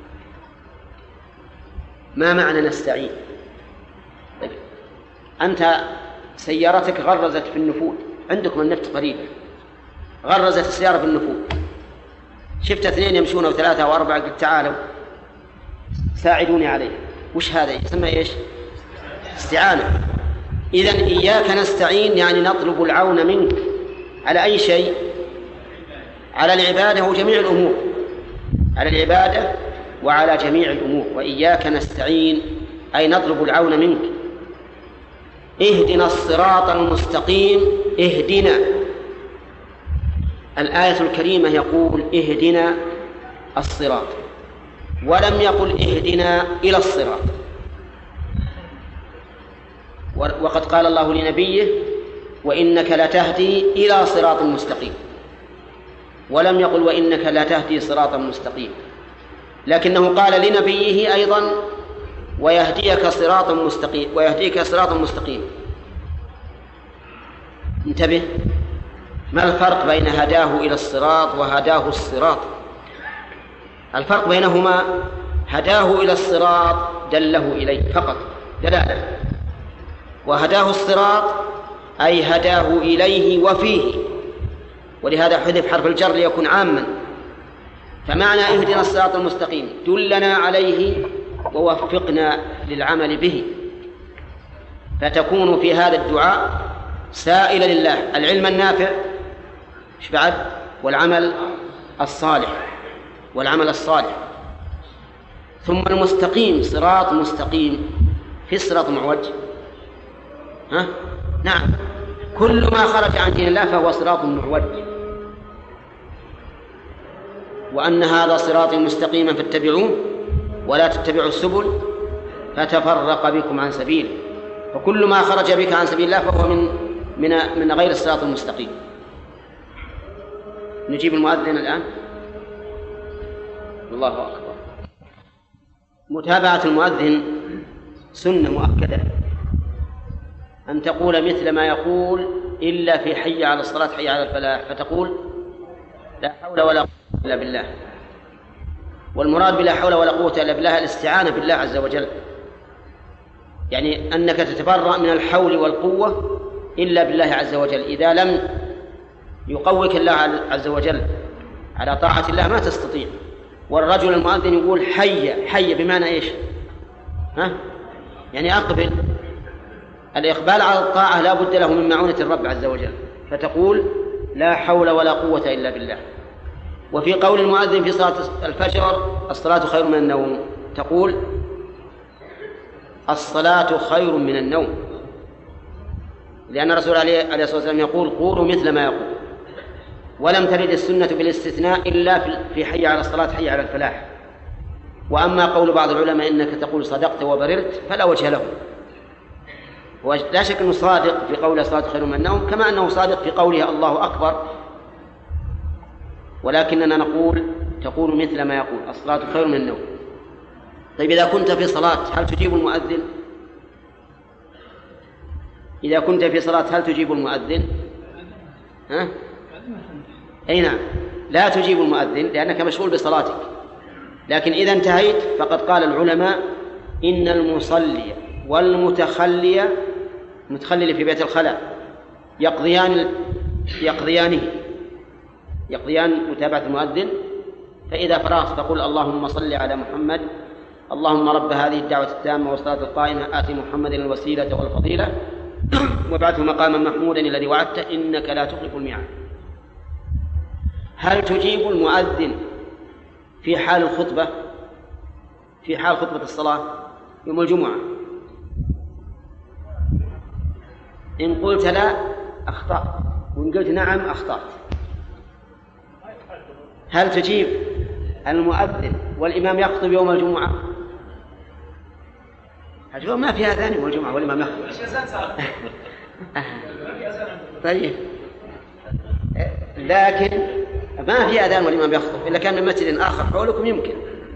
ما معنى نستعين؟ طيب. أنت سيارتك غرزت في النفود، عندكم النفط قريب، غرزت السيارة في النفود، شفت اثنين يمشون أو ثلاثة أو أربعة قلت تعالوا ساعدوني عليه، وش هذا يسمى إيش؟ استعانة. إذن إياك نستعين يعني نطلب العون منك على أي شيء؟ على العبادة وجميع الأمور، على العبادة وعلى جميع الأمور. وإياك نستعين أي نطلب العون منك. اهدنا الصراط المستقيم، اهدنا. الآية الكريمة يقول اهدنا الصراط، ولم يقل اهدنا إلى الصراط. وقد قال الله لنبيه وإنك لتهدي إلى صراط مستقيم، ولم يقل وإنك لا تهدي صراطا مستقيم، لكنه قال لنبيه أيضا ويهديك صراطا مستقيم ويهديك صراطا مستقيم. انتبه، ما الفرق بين هداه إلى الصراط وهداه الصراط؟ الفرق بينهما هداه إلى الصراط دله إليه فقط دلالة، وهداه الصراط أي هداه إليه وفيه، ولهذا حذف حرف الجر ليكون عاما. فمعنى اهدنا الصراط المستقيم دلنا عليه ووفقنا للعمل به، فتكون في هذا الدعاء سائلا لله العلم النافع ايش بعد والعمل الصالح والعمل الصالح. ثم المستقيم صراط مستقيم، في صراط معوج؟ ها؟ نعم، كل ما خرج عن دين الله فهو صراط معوج. وأن هذا صراطي مستقيما فاتبعوه ولا تتبعوا السبل فتفرق بكم عن سبيله، فكل ما خرج بك عن سبيل الله فهو من من من غير الصراط المستقيم. نجيب المؤذن الآن. الله أكبر. متابعة المؤذن سنة مؤكدة، أن تقول مثل ما يقول إلا في حي على الصلاة حي على الفلاح، فتقول لا حول ولا قوة إلا بالله. والمراد بلا حول ولا قوة إلا بالله الاستعانة بالله عز وجل، يعني أنك تتبرأ من الحول والقوة إلا بالله عز وجل. إذا لم يقوك الله عز وجل على طاعة الله ما تستطيع. والرجل المؤذن يقول حي حي بمعنى إيش؟ ها؟ يعني أقبل. الإقبال على الطاعة لا بد له من معونة الرب عز وجل، فتقول لا حول ولا قوة إلا بالله. وفي قول المؤذن في صلاة الفجر الصلاة خير من النوم، تقول الصلاة خير من النوم، لأن الرسول عليه الصلاة والسلام يقول قولوا مثل ما يقول. ولم ترد السنة بالاستثناء إلا في حي على الصلاة حي على الفلاح. وأما قول بعض العلماء إنك تقول صدقت وبررت فلا وجه له، ولا شك أنه صادق في قول الصلاة خير من النوم، كما أنه صادق في قوله الله أكبر، ولكننا نقول تقول مثل ما يقول الصلاة خير من النوم. طيب إذا كنت في صلاة هل تجيب المؤذن؟ إذا كنت في صلاة هل تجيب المؤذن؟ ها؟ أي نعم، لا تجيب المؤذن لأنك مشغول بصلاتك. لكن إذا انتهيت فقد قال العلماء إن المصلي والمتخلي المتخلي في بيت الخلاء يقضيان يقضيانه يقضيان متابعة المؤذن. فإذا فرغت فقل اللهم صل على محمد، اللهم رب هذه الدعوة التامة والصلاة القائمة آت محمد الوسيلة والفضيلة وابعثه مقاما محمودا الذي وعدت إنك لا تخلف الميعاد. هل تجيب المؤذن في حال الخطبة، في حال خطبة الصلاة يوم الجمعة؟ إن قلت لا أخطأت، وإن قلت نعم أخطأت. هل تجيب المؤذن والإمام يخطب يوم الجمعة؟ هل ما في أذان يوم الجمعة والإمام يخطب؟ طيب، لكن ما في أذان والإمام يخطب إلا كان من مسجد آخر حولكم يمكن.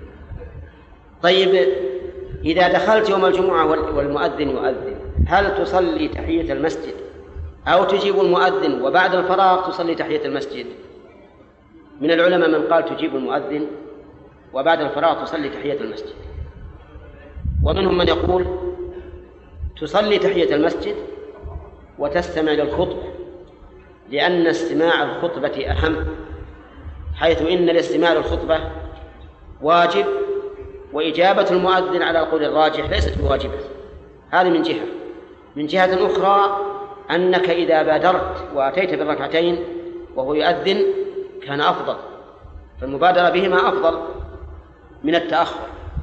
طيب، إذا دخلت يوم الجمعة والمؤذن يؤذن هل تصلي تحية المسجد أو تجيب المؤذن وبعد الفراغ تصلي تحية المسجد؟ من العلماء من قال تجيب المؤذن وبعد الفراغ تصلي تحية المسجد، ومنهم من يقول تصلي تحية المسجد وتستمع للخطبة، لأن استماع الخطبة أهم، حيث إن الاستماع للخطبة واجب، وإجابة المؤذن على القول الراجح ليست بواجبة. هذه من جهة. من جهة أخرى أنك إذا بادرت وأتيت بالركعتين وهو يؤذن كان أفضل، فالمبادرة بهما أفضل من التأخر.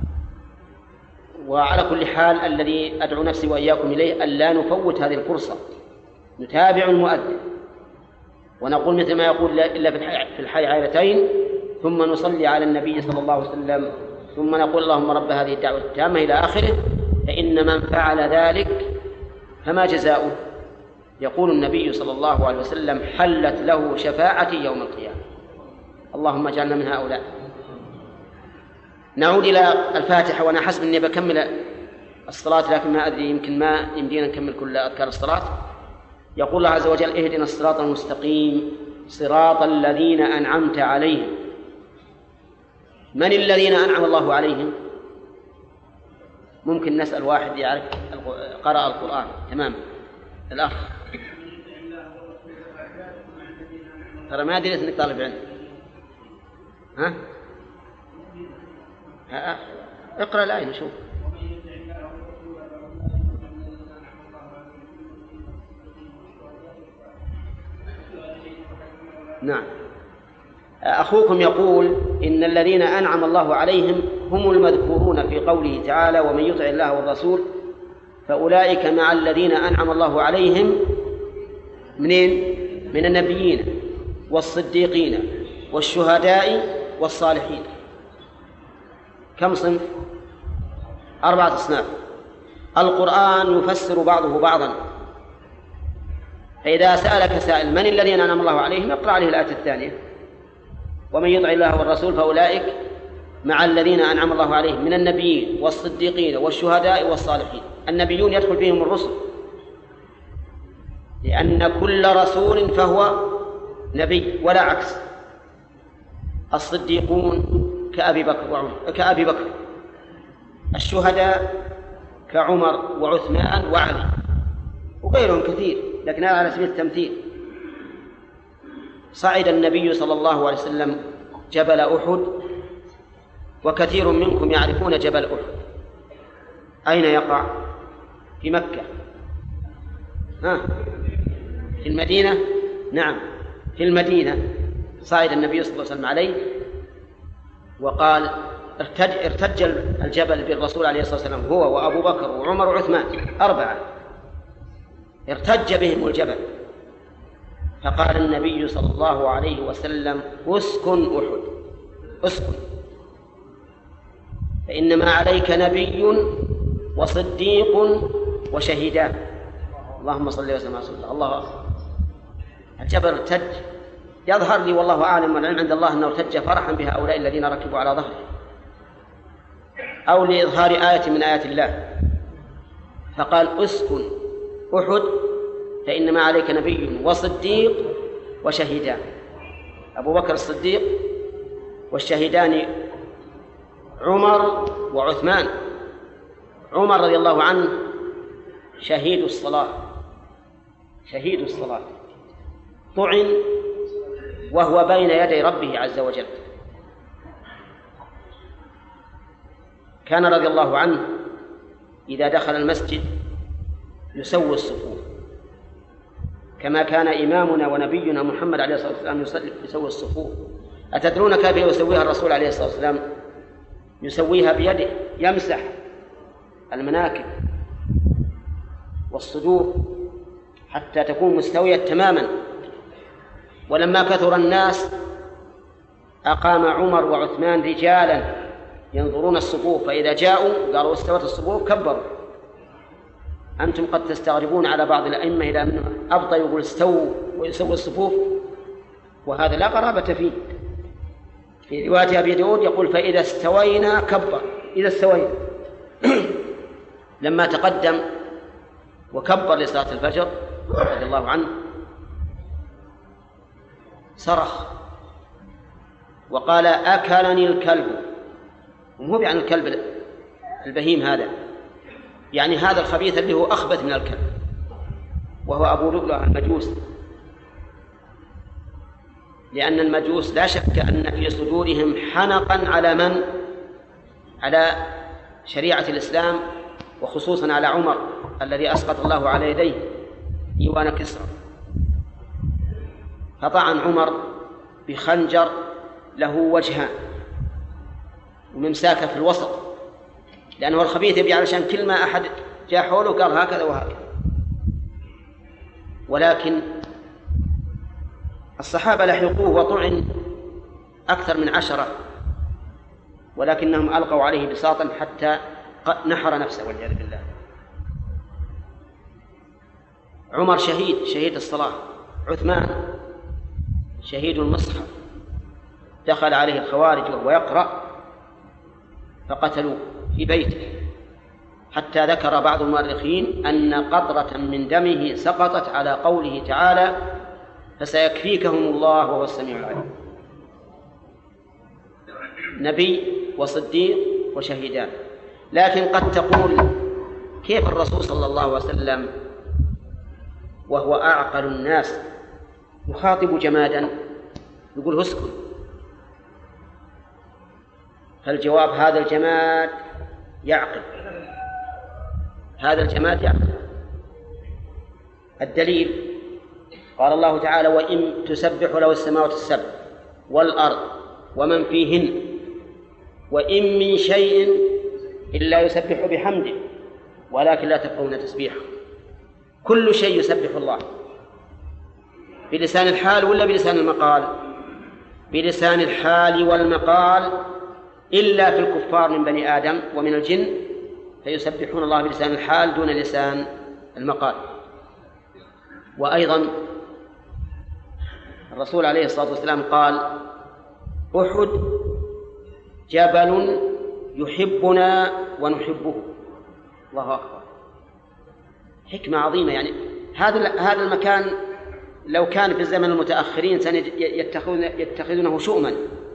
وعلى كل حال الذي أدعو نفسي وإياكم إليه ألا نفوت هذه الفرصة، نتابع المؤذن ونقول مثل ما يقول إلا في الحي عائلتين، ثم نصلي على النبي صلى الله عليه وسلم، ثم نقول اللهم رب هذه الدعوة التامة إلى آخره. فإن من فعل ذلك فما جزاؤه؟ يقول النبي صلى الله عليه وسلم حلت له شفاعتي يوم القيامة. اللهم اجعلنا من هؤلاء. نعود إلى الفاتحة، وأنا حسب أني بكمل الصلاة لكن ما أدري يمكن ما يمدينا نكمل كل أذكار الصلاة. يقول الله عز وجل اهدنا الصراط المستقيم صراط الذين أنعمت عليهم من الذين أنعم الله عليهم؟ ممكن نسأل واحد يعرف قرأ القرآن تمام. الأخ ترى ما أدري أنك طالب علم. ها؟ ها اقرأ الآية نشوف. نعم. أخوكم يقول إن الذين أنعم الله عليهم هم المذكورون في قوله تعالى ومن يطع الله والرسول فأولئك مع الذين أنعم الله عليهم منين؟ من النبيين والصديقين والشهداء والصالحين. كم صنف؟ أربعة أصناف. القرآن يفسر بعضه بعضا، فإذا سألك سائل من الذين أنعم الله عليهم اقرأ عليه الآية الثانية ومن يطع الله والرسول فأولئك مع الذين أنعم الله عليهم من النبيين والصديقين والشهداء والصالحين. النبيون يدخل فيهم الرسل، لأن كل رسول فهو نبي ولا عكس. الصديقون كأبي بكر وعمر كأبي بكر، الشهداء كعمر وعثمان وعلي وغيرهم كثير، لكن هذا على سبيل التمثيل. صعد النبي صلى الله عليه وسلم جبل أحد، وكثير منكم يعرفون جبل أحد. أين يقع؟ في مكة. ها؟ في المدينة؟ نعم في المدينة. صعد النبي صلى الله عليه وسلم عليه وقال ارتج, ارتج الجبل بالرسول عليه الصلاة والسلام، هو وأبو بكر وعمر وعثمان أربعة، ارتج بهم الجبل. فقال النبي صلى الله عليه وسلم اسكن أحد، اسكن، فإنما عليك نبي وصديق وشهيدان. اللهم صل وسلم على رسول الله. الله أكبر. الجبل ارتج، يظهر لي والله أعلم والعلم عند الله أنه ارتج فرحا بها هؤلاء الذين ركبوا على ظهره، أو لإظهار آية من آيات الله. فقال اسكن أحد فإنما عليك نبي وصديق وشهيدان. أبو بكر الصديق، والشهيدان عمر وعثمان. عمر رضي الله عنه شهيد الصلاة، شهيد الصلاة، طعن وهو بين يدي ربه عز وجل. كان رضي الله عنه إذا دخل المسجد يسوي الصفوف، كما كان إمامنا ونبينا محمد عليه الصلاة والسلام يسوي الصفوف. أتدرون كيف يسويها الرسول عليه الصلاة والسلام؟ يسويها بيده، يمسح المناكب والصدور حتى تكون مستوية تماما. ولما كثر الناس أقام عمر وعثمان رجالا ينظرون الصفوف، فإذا جاءوا قالوا استوت الصفوف كبروا. أنتم قد تستغربون على بعض الأئمة إذا منه أبطأ يقول استووا ويسوي الصفوف، وهذا لا قرابة فيه. في رواية أبي داود يقول فإذا استوينا كبر، إذا استوينا. لما تقدم وكبر لصلاة الفجر رضي الله عنه صرخ وقال أكلني الكلب. ومو يعني الكلب البهيم هذا، يعني هذا الخبيث اللي هو أخبث من الكلب، وهو أبو لؤلؤة المجوس. لأن المجوس لا شك أن في صدورهم حنقا على من؟ على شريعة الإسلام، وخصوصا على عمر الذي أسقط الله على يديه ديوان كسرى. فطعن عمر بخنجر له وجهان وممساكه في الوسط، لأنه الخبيث يبي علشان كل ما أحد جاء حوله قال هكذا وهكذا. ولكن الصحابة لحقوه وطعن أكثر من عشرة، ولكنهم ألقوا عليه بساطا حتى نحر نفسه والعياذ بالله. عمر شهيد، شهيد الصلاة. عثمان شهيد المصحف، دخل عليه الخوارج وهو يقرأ فقتلوه في بيته، حتى ذكر بعض المؤرخين أن قطرة من دمه سقطت على قوله تعالى فسيكفيكهم الله وهو السميع العليم. نبي وصديق وشهيدان. لكن قد تقول كيف الرسول صلى الله عليه وسلم وهو أعقل الناس يخاطب جمادا يقول اسكن؟ فالجواب هذا الجماد يعقل، هذا الجماد يعقل. الدليل قال الله تعالى وإن تسبح له السماوات السبع والأرض ومن فيهن وإن من شيء إلا يسبح بحمده ولكن لا تفقهون تسبيحه. كل شيء يسبح الله بلسان الحال ولا بلسان المقال؟ بلسان الحال والمقال، إلا في الكفار من بني آدم ومن الجن فيسبحون الله بلسان الحال دون لسان المقال. وأيضا الرسول عليه الصلاة والسلام قال أحد جبل يحبنا ونحبه. الله أكبر، حكمة عظيمة. يعني هذا هذا المكان لو كان في الزمن المتأخرين يتخذونه شؤما،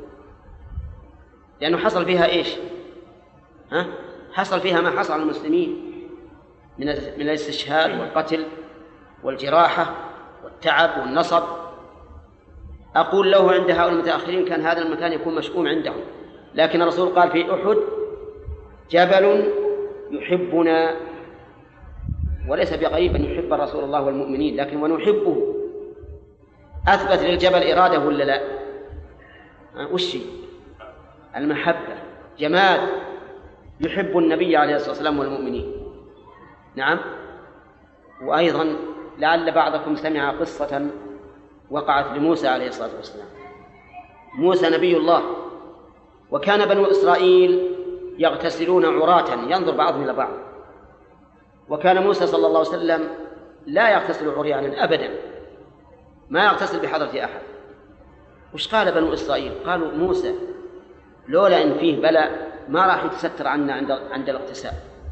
لأنه حصل فيها إيش؟ ها؟ حصل فيها ما حصل على المسلمين من من الاستشهاد والقتل والجراحة والتعب والنصب. أقول له عند هؤلاء المتأخرين كان هذا المكان يكون مشؤوم عندهم، لكن الرسول قال في أحد جبل يحبنا، وليس بغريب أن يحب الرسول الله والمؤمنين، لكن ونحبه. أثبت للجبل إرادة ولا لا؟ وش المحبة؟ جماد يحب النبي عليه الصلاة والسلام والمؤمنين. نعم. وأيضا لعل بعضكم سمع قصة وقعت لموسى عليه الصلاة والسلام. موسى نبي الله، وكان بنو إسرائيل يغتسلون عراة ينظر بعضهم إلى بعض، وكان موسى صلى الله عليه وسلم لا يغتسل عريانا أبدا، ما يغتسل بحضرة أحد. وش قال بنو إسرائيل؟ قالوا موسى لولا إن فيه بلاء ما راح يتستر عنا عند عند الاغتسال.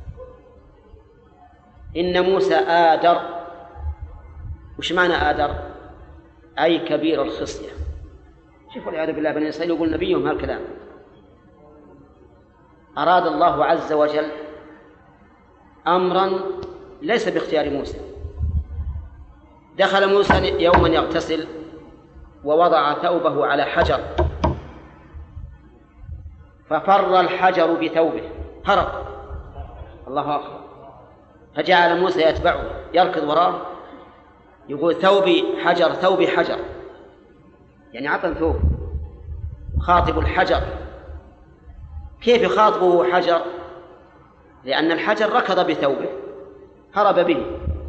إن موسى آدر. وش معنى آدر؟ أي كبير الخصية. شوفوا والعياذ بالله بني إسرائيل يقول نبيهم هالكلام. أراد الله عز وجل أمرا ليس باختيار موسى. دخل موسى يوما يغتسل ووضع ثوبه على حجر، ففر الحجر بثوبه، هرب. الله أكبر. فجعل موسى يتبعه يركض وراه يقول ثوبي حجر ثوبي حجر، يعني عطن ثوب. خاطب الحجر. كيف يخاطبه حجر؟ لأن الحجر ركض بثوبه هرب به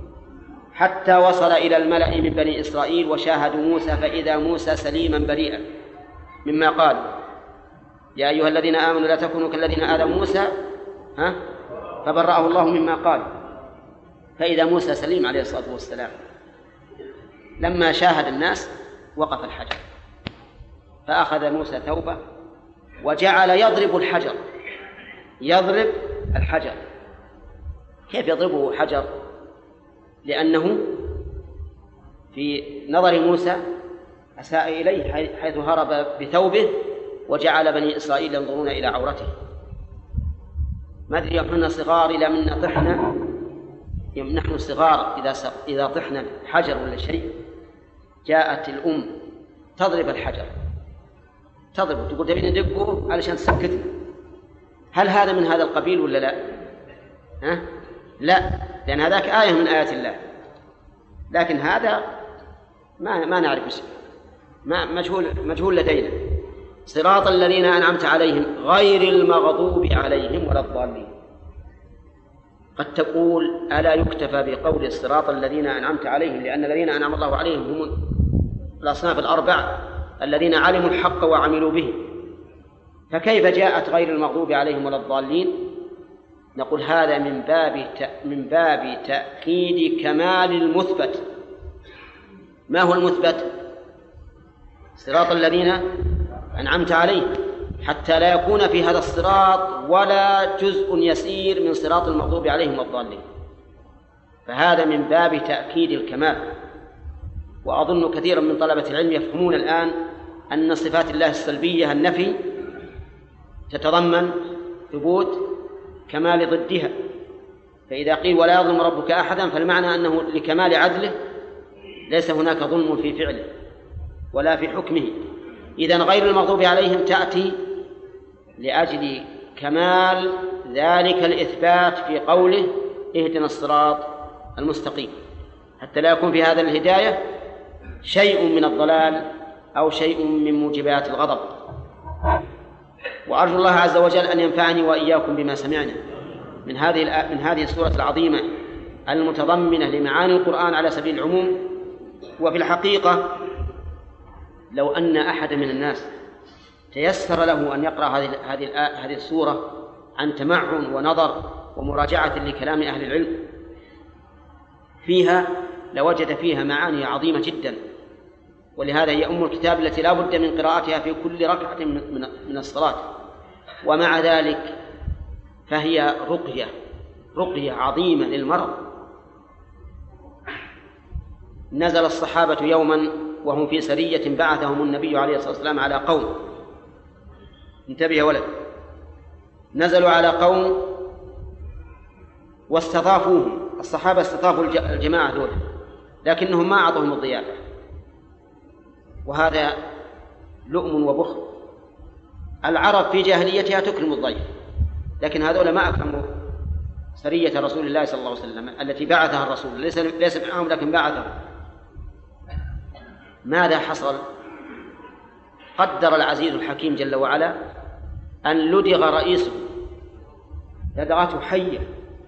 حتى وصل إلى الملأ من بني إسرائيل وشاهدوا موسى، فإذا موسى سليما بريئا مما قال يا أيها الذين آمنوا لا تكونوا كالذين آذوا موسى ها فبرأه الله مما قال. فإذا موسى سليم عليه الصلاة والسلام. لما شاهد الناس وقف الحجر، فأخذ موسى ثوبه وجعل يضرب الحجر يضرب الحجر. كيف يضربه حجر؟ لأنه في نظر موسى أساء إليه حيث هرب بثوبه وجعل بني إسرائيل ينظرون إلى عورته. ما أدري يوم صغار إلى من طحنا، يوم نحن صغار إذا إذا طحنا حجر ولا شيء جاءت الأم تضرب الحجر، تضرب تقول تبين ندقه علشان تسكتنا. هل هذا من هذا القبيل ولا لا؟ ها؟ لا، لأن هذاك آية من آيات الله، لكن هذا ما ما نعرف شيء، ما مجهول مجهول لدينا. صراط الذين أنعمت عليهم غير المغضوب عليهم ولا الضالين. قد تقول ألا يكتفى بقول الصراط الذين أنعمت عليهم، لأن الذين أنعم الله عليهم هم الأصناف الأربع الذين علموا الحق وعملوا به، فكيف جاءت غير المغضوب عليهم ولا الضالين؟ نقول هذا من باب من باب تأكيد كمال المثبت. ما هو المثبت؟ صراط الذين أنعمت عليهم، حتى لا يكون في هذا الصراط ولا جزء يسير من صراط المغضوب عليهم والضالين. فهذا من باب تأكيد الكمال. وأظن كثيرا من طلبة العلم يفهمون الآن أن صفات الله السلبية النفي تتضمن ثبوت كمال ضدها، فإذا قيل ولا يظلم ربك أحدا فالمعنى أنه لكمال عدله ليس هناك ظلم في فعله ولا في حكمه. إذن غير المغضوب عليهم تأتي لأجل كمال ذلك الإثبات في قوله اهدنا الصراط المستقيم، حتى لا يكون في هذا الهداية شيء من الضلال أو شيء من موجبات الغضب. وأرجو الله عز وجل أن ينفعني وإياكم بما سمعنا من هذه من هذه السورة العظيمة المتضمنة لمعاني القرآن على سبيل العموم. وفي الحقيقة لو أن أحد من الناس تيسر له أن يقرأ هذه هذه هذه السورة عن تمعن ونظر ومراجعة لكلام أهل العلم فيها لوجد فيها معاني عظيمة جدا، ولهذا هي أم الكتاب التي لا بد من قراءتها في كل ركعة من الصلاة. ومع ذلك فهي رقية رقية عظيمة للمرض. نزل الصحابة يوما وهم في سرية بعثهم النبي عليه الصلاة والسلام على قوم، انتبه يا ولد، نزلوا على قوم واستضافوهم، الصحابة استضافوا الجماعة دول لكنهم ما أعطوهم الضيافة، وهذا لؤم وبخل. العرب في جاهليتها تكرم الضيف، لكن هذول ما أكرموا سرية رسول الله صلى الله عليه وسلم التي بعثها الرسول، ليس ليس معهم لكن بعثهم. ماذا حصل؟ قدر العزيز الحكيم جل وعلا أن لدغ رئيسه لدغته حية.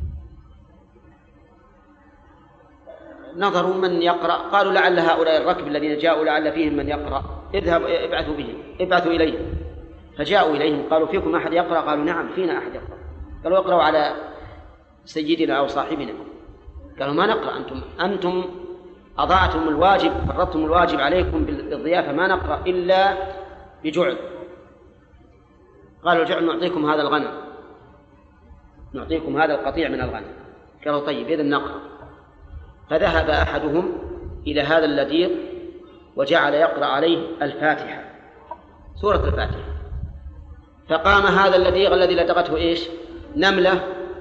نظروا من يقرأ، قالوا لعل هؤلاء الركب الذين جاءوا لعل فيهم من يقرأ، اذهب ابعثوا بهم ابعثوا إليهم. فجاءوا إليهم قالوا فيكم أحد يقرأ؟ قالوا نعم فينا أحد يقرأ. قالوا اقرأوا على سيدنا أو صاحبنا. قالوا ما نقرأ، أنتم أنتم أضعتم الواجب، فرضتم الواجب عليكم بالضيافة، ما نقرأ إلا بجعل. قالوا الجعل نعطيكم هذا الغنم، نعطيكم هذا القطيع من الغنم. قالوا طيب إذن نقرأ. فذهب أحدهم إلى هذا اللديغ وجعل يقرأ عليه الفاتحة، سورة الفاتحة. فقام هذا اللديغ الذي لدغته إيش؟ نملة،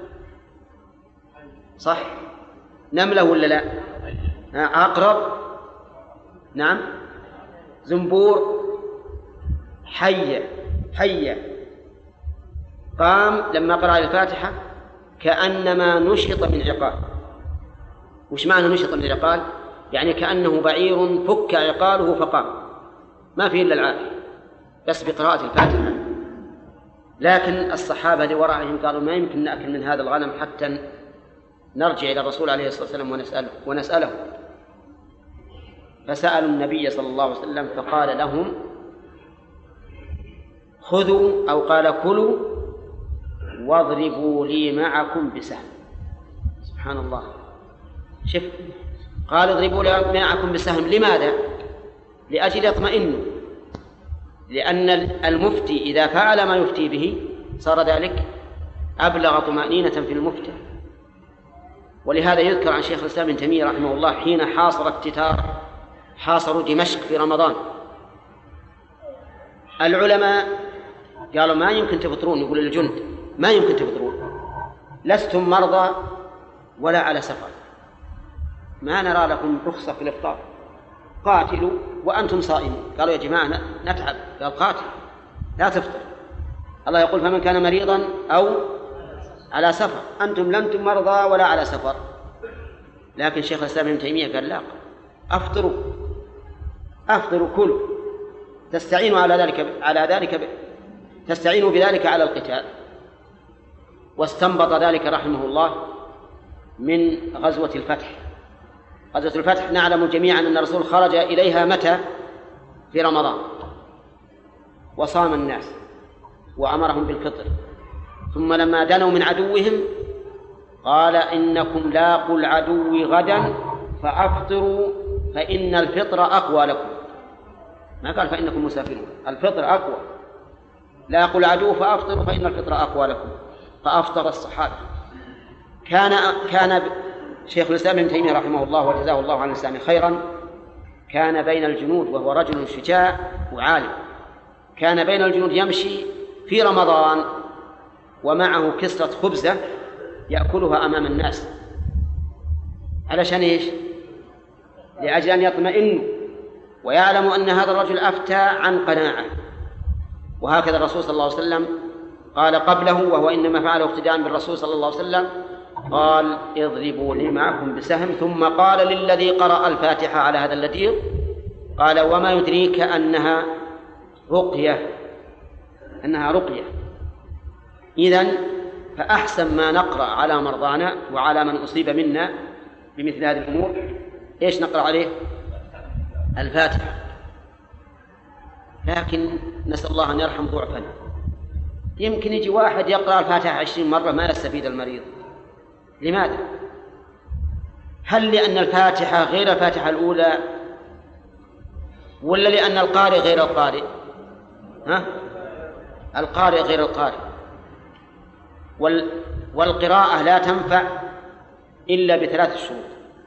صح؟ نملة ولا لا؟ عقرب، نعم، زنبور، حية حية. قام لما قرأ الفاتحة كأنما نشط من عقال. وش معنى نشط من عقال؟ يعني كأنه بعير فك عقاله فقام، ما فيه إلا العافية بس بقراءة الفاتحة. لكن الصحابة لورائهم قالوا ما يمكن نأكل من هذا الغنم حتى نرجع إلى الرسول عليه الصلاة والسلام ونسأله, ونسأله. فسألوا النبي صلى الله عليه وسلم فقال لهم خذوا أو قال كلوا واضربوا لي معكم بسهم. سبحان الله، شف قال اضربوا لي معكم بسهم. لماذا؟ لأجل يطمئنوا، لأن المفتي إذا فعل ما يفتي به صار ذلك أبلغ طمأنينة في المفتي. ولهذا يذكر عن شيخ الإسلام ابن تيمية رحمه الله حين حاصر التتار، حاصروا دمشق في رمضان، العلماء قالوا ما يمكن تفطرون، يقول للجند ما يمكن تفطرون، لستم مرضى ولا على سفر، ما نرى لكم رخصة في الإفطار، قاتلوا وأنتم صائمون. قالوا يا جماعة نتعب. قال قاتل لا تفطر، الله يقول فمن كان مريضا أو على سفر، أنتم لنتم مرضى ولا على سفر. لكن شيخ الإسلام ابن تيمية قال لا، أفطروا أفطروا كلوا، تستعينوا على ذلك على ذلك تستعينوا بذلك على القتال. واستنبط ذلك رحمه الله من غزوة الفتح. غزوة الفتح نعلم جميعا أن الرسول خرج إليها متى؟ في رمضان، وصام الناس وأمرهم بالفطر، ثم لما دنوا من عدوهم قال إنكم لاقوا العدو غدا فأفطروا فإن الفطر أقوى لكم. ما قال فإنكم مسافرون، الفطر أقوى. لاقوا العدو فأفطروا فإن الفطر أقوى لكم. فأفطر الصحابة. كان كان شيخ الإسلام ابن تيمية رحمه الله وجزاه الله عن الإسلام خيرا كان بين الجنود، وهو رجل شجاع وعالم، كان بين الجنود يمشي في رمضان ومعه كسرة خبزة يأكلها أمام الناس، علشان إيش؟ لأجل أن يطمئنوا ويعلموا أن هذا الرجل أفتى عن قناعة. وهكذا الرسول صلى الله عليه وسلم قال قبله، وهو إنما فعله اقتداء بالرسول صلى الله عليه وسلم، قال اضربوا لي معكم بسهم، ثم قال للذي قرأ الفاتحة على هذا اللذيذ قال وما يدريك أنها رقية، أنها رقية. إذن فأحسن ما نقرأ على مرضانا وعلى من أصيب منا بمثل هذه الأمور إيش نقرأ عليه؟ الفاتحة. لكن نسأل الله أن يرحم ضعفنا، يمكن يجي واحد يقرأ الفاتحة عشرين مرة ما يستفيد المريض. لماذا؟ هل لأن الفاتحة غير الفاتحة الأولى، ولا لأن القارئ غير القارئ؟ ها؟ القارئ غير القارئ. وال... والقراءة لا تنفع إلا بثلاث شروط: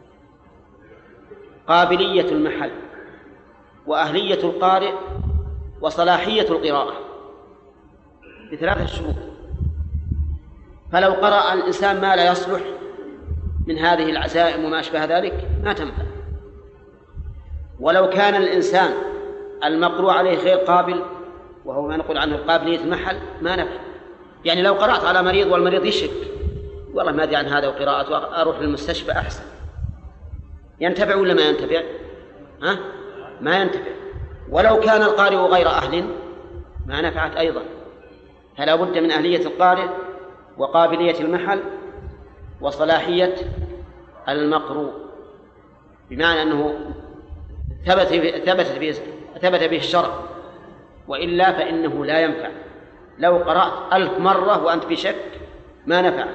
قابلية المحل، وأهلية القارئ، وصلاحية القراءة، بثلاث شروط. فلو قرأ الإنسان ما لا يصلح من هذه العزائم وما أشبه ذلك ما تنفع. ولو كان الإنسان المقروء عليه غير قابل، وهو ما نقول عنه قابلية المحل، ما نفع. يعني لو قرأت على مريض والمريض يشك، والله ما أدري عن هذا وقراءته، أروح للمستشفى أحسن، ينتفع ولا ما ينتفع؟ ها؟ ما ينتفع. ولو كان القارئ غير أهل ما نفعت أيضا. فلا بد من أهلية القارئ، وقابلية المحل، وصلاحية المقروء، بمعنى أنه ثبت ثبت به ثبت به الشرع، وإلا فإنه لا ينفع. لو قرأت ألف مرة وأنت في شك ما نفعك.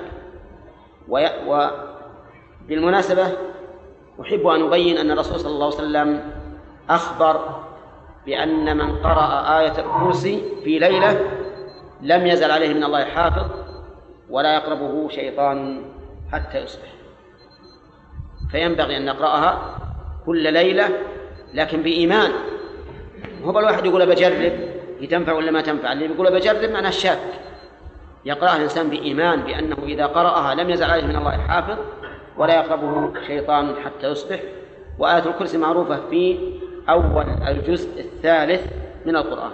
وبالمناسبة أحب أن أبين أن الرسول صلى الله عليه وسلم أخبر بأن من قرأ آية الكرسي في ليلة لم يزل عليه من الله حافظ ولا يقربه شيطان حتى يصبح. فينبغي أن نقرأها كل ليلة، لكن بإيمان. هو الواحد يقول بجرب تنفع ولا ما تنفع، اللي يقول بجرب معناه الشاك. يقرأها الإنسان بإيمان بأنه إذا قرأها لم يزل عليه من الله حافظ ولا يقربه شيطان حتى يصبح. وآية الكرسي معروفة في أول الجزء الثالث من القرآن.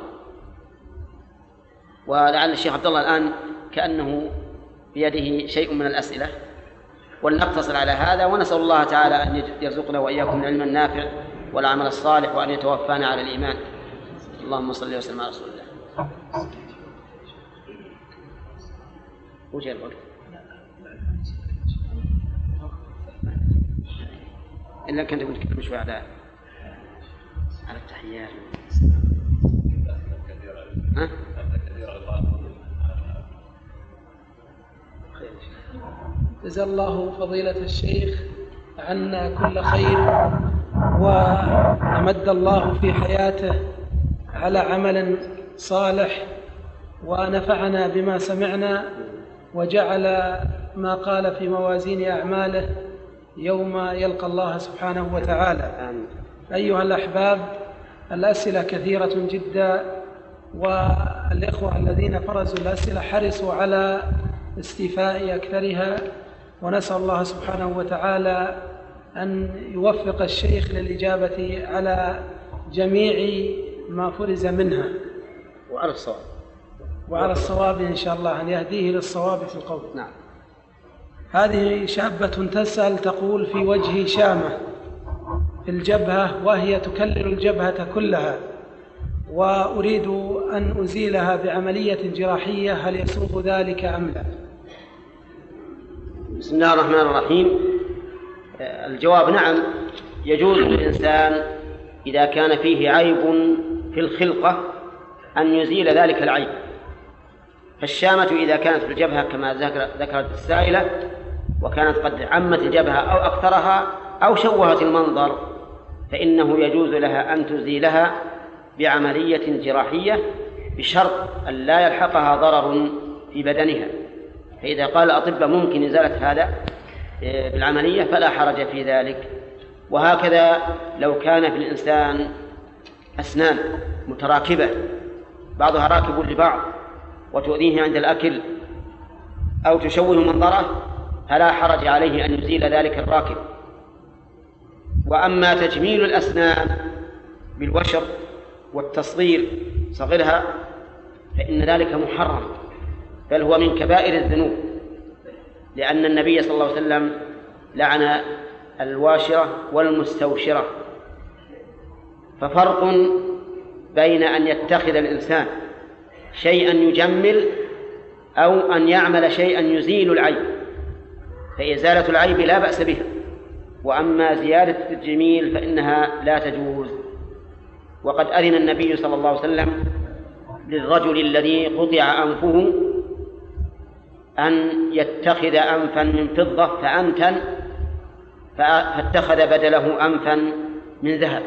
ولعل الشيخ عبد الله الآن كأنه بيده شيء من الأسئلة، ولنقتصر على هذا، ونسأل الله تعالى أن يرزقنا وإياكم العلم النافع والعمل الصالح، وأن يتوفانا على الإيمان. اللهم صل وسلم على رسول الله. وجه الوقت إلا كنت أقول كلمة شوي على على التحيات. ها؟ جزا الله فضيلة الشيخ عنا كل خير، وأمد الله في حياته على عمل صالح، ونفعنا بما سمعنا، وجعل ما قال في موازين أعماله يوم يلقى الله سبحانه وتعالى. أيها الأحباب، الأسئلة كثيرة جدا، والإخوة الذين فرزوا الأسئلة حرصوا على استيفاء أكثرها، ونسأل الله سبحانه وتعالى أن يوفق الشيخ للإجابة على جميع ما فرز منها، وعلى الصواب وعلى الصواب إن شاء الله، أن يهديه للصواب في القول. نعم. هذه شابة تسأل تقول: في وجهي شامة في الجبهة وهي تكلل الجبهة كلها، وأريد أن أزيلها بعملية جراحية، هل يسوغ ذلك أم لا؟ بسم الله الرحمن الرحيم. الجواب نعم، يجوز للإنسان إذا كان فيه عيب في الخلقة أن يزيل ذلك العيب. فالشامة إذا كانت في الجبهة كما ذكرت السائلة، وكانت قد عمت الجبهة أو أكثرها أو شوهت المنظر، فإنه يجوز لها أن تزيلها بعملية جراحية، بشرط أن لا يلحقها ضرر في بدنها. فإذا قال الأطباء ممكن إزالة هذا بالعملية فلا حرج في ذلك. وهكذا لو كان في الإنسان أسنان متراكبة، بعضها راكب لبعض، وتؤذيه عند الأكل أو تشوه منظره فلا حرج عليه أن يزيل ذلك الراكب. وأما تجميل الأسنان بالوشر والتصغير صغرها فإن ذلك محرم، بل هو من كبائر الذنوب، لأن النبي صلى الله عليه وسلم لعن الواشرة والمستوشرة. ففرق بين أن يتخذ الإنسان شيئا يجمل أو أن يعمل شيئا يزيل العيب، فإزالة العيب لا بأس بها، وأما زيادة الجميل فإنها لا تجوز. وقد أذن النبي صلى الله عليه وسلم للرجل الذي قطع أنفه أن يتخذ أنفا من فضة فأنتن فاتخذ بدله أنفا من ذهب.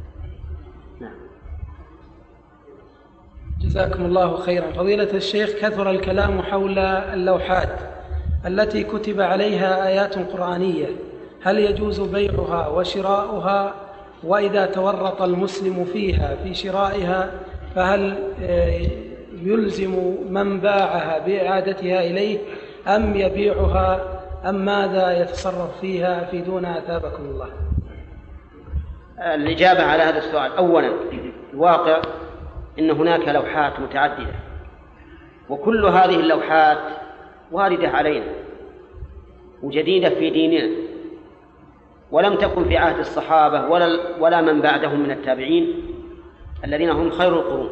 جزاكم الله خيرا. فضيلة الشيخ، كثر الكلام حول اللوحات التي كتب عليها آيات قرآنية، هل يجوز بيعها وشراؤها؟ وإذا تورط المسلم فيها في شرائها فهل يلزم من باعها بإعادتها إليه أم يبيعها أم ماذا يتصرف فيها؟ أفيدونا أثابكم الله. الإجابة على هذا السؤال: أولا، الواقع إن هناك لوحات متعددة، وكل هذه اللوحات واردة علينا وجديدة في ديننا، ولم تكن في عهد الصحابة ولا ولا من بعدهم من التابعين الذين هم خير القرون.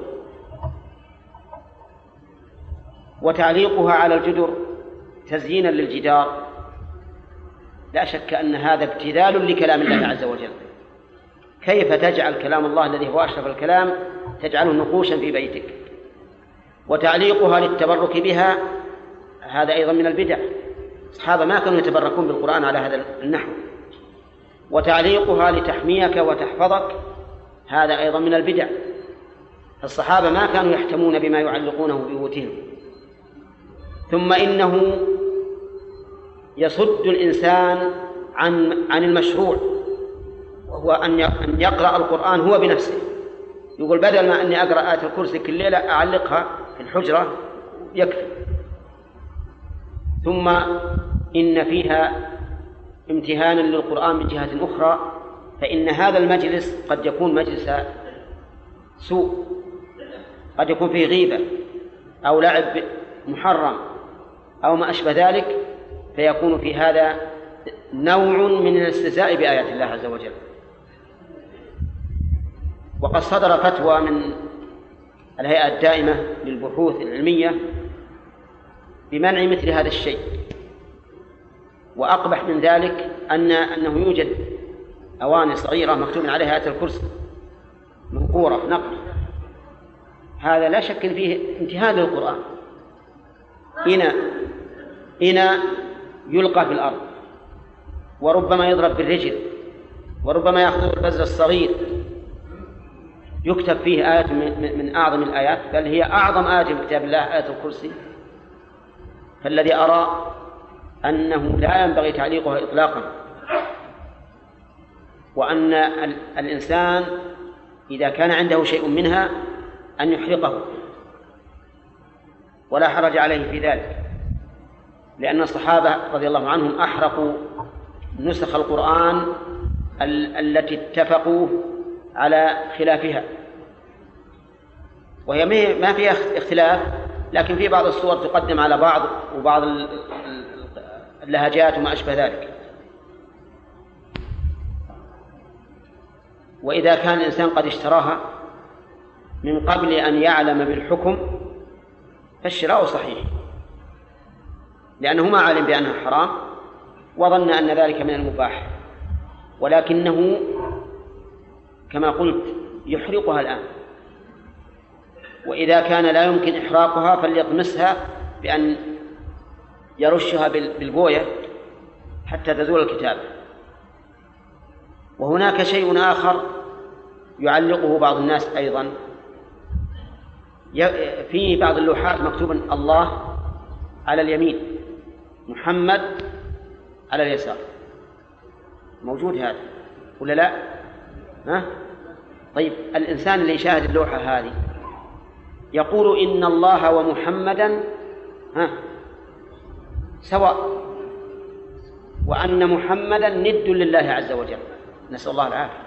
وتعليقها على الجدر تزيينا للجدار لا شك أن هذا ابتذال لكلام الله عز وجل. كيف تجعل كلام الله الذي هو أشرف الكلام تجعله نقوشا في بيتك؟ وتعليقها للتبرك بها هذا أيضا من البدع، الصحابة ما كانوا يتبركون بالقرآن على هذا النحو. وتعليقها لتحميك وتحفظك هذا أيضا من البدع، الصحابة ما كانوا يحتمون بما يعلقونه ببيوتهم. ثم إنه يصد الإنسان عن عن المشروع، وهو أن يقرأ القرآن هو بنفسه. يقول بدل ما أني أقرأ آية الكرسي كل ليلة أعلقها في الحجرة يكفي. ثم إن فيها امتهانا للقرآن من جهة أخرى، فإن هذا المجلس قد يكون مجلس سوء، قد يكون فيه غيبة أو لعب محرم أو ما أشبه ذلك، فيكون في هذا نوع من الاستهزاء بآيات الله عز وجل. وقد صدر فتوى من الهيئة الدائمة للبحوث العلمية بمنع مثل هذا الشيء. وأقبح من ذلك أن أنه يوجد أواني صغيرة مكتوب عليها آية الكرسي منقورة نقر، هذا لا شك فيه انتهاء للقرآن. إناء إناء يلقى في الأرض، وربما يضرب بالرجل، وربما يأخذ البزر الصغير يكتب فيه آية من أعظم الآيات، بل هي أعظم آية في كتاب الله آية الكرسي. فالذي أرى أنه لا ينبغي تعليقها إطلاقا، وأن الإنسان إذا كان عنده شيء منها أن يحرقه ولا حرج عليه في ذلك، لأن الصحابة رضي الله عنهم أحرقوا نسخ القرآن التي اتفقوا على خلافها، وهي ما فيها اختلاف، لكن في بعض الصور تقدم على بعض وبعض اللهجات وما أشبه ذلك. وإذا كان الإنسان قد اشتراها من قبل أن يعلم بالحكم فالشراء صحيح، لأنه ما علم بأنها حرام وظن أن ذلك من المباح، ولكنه كما قلت يحرقها الآن. وإذا كان لا يمكن إحراقها فليطمسها بأن يرشها بالبوية حتى تزول الكتابة. وهناك شيء آخر يعلقه بعض الناس أيضا، في بعض اللوحات مكتوب الله على اليمين، محمد على اليسار، موجود هذا ولا لا؟ ها؟ طيب الإنسان اللي يشاهد اللوحة هذه يقول إن الله ومحمدا ها سواء، وأن محمدا ند لله عز وجل، نسأل الله العافية.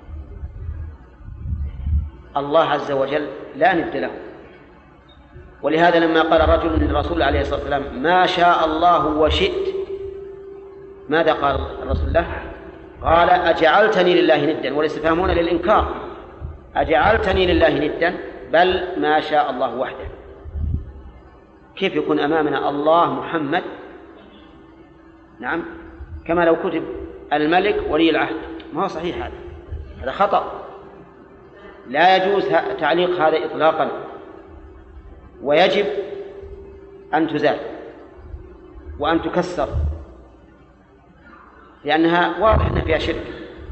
الله عز وجل لا ند له، ولهذا لما قال رجل للرسول عليه الصلاة والسلام ما شاء الله وشئت، ماذا قال الرسول له؟ قال أجعلتني لله ندا، والاستفهام للإنكار، أجعلتني لله ندا، بل ما شاء الله وحده. كيف يكون أمامنا الله محمد؟ نعم، كما لو كتب الملك ولي العهد، ما هو صحيح، هذا هذا خطأ، لا يجوز تعليق هذا إطلاقا، ويجب أن تزال وأن تكسر، لأنها واضح أن فيها شرك.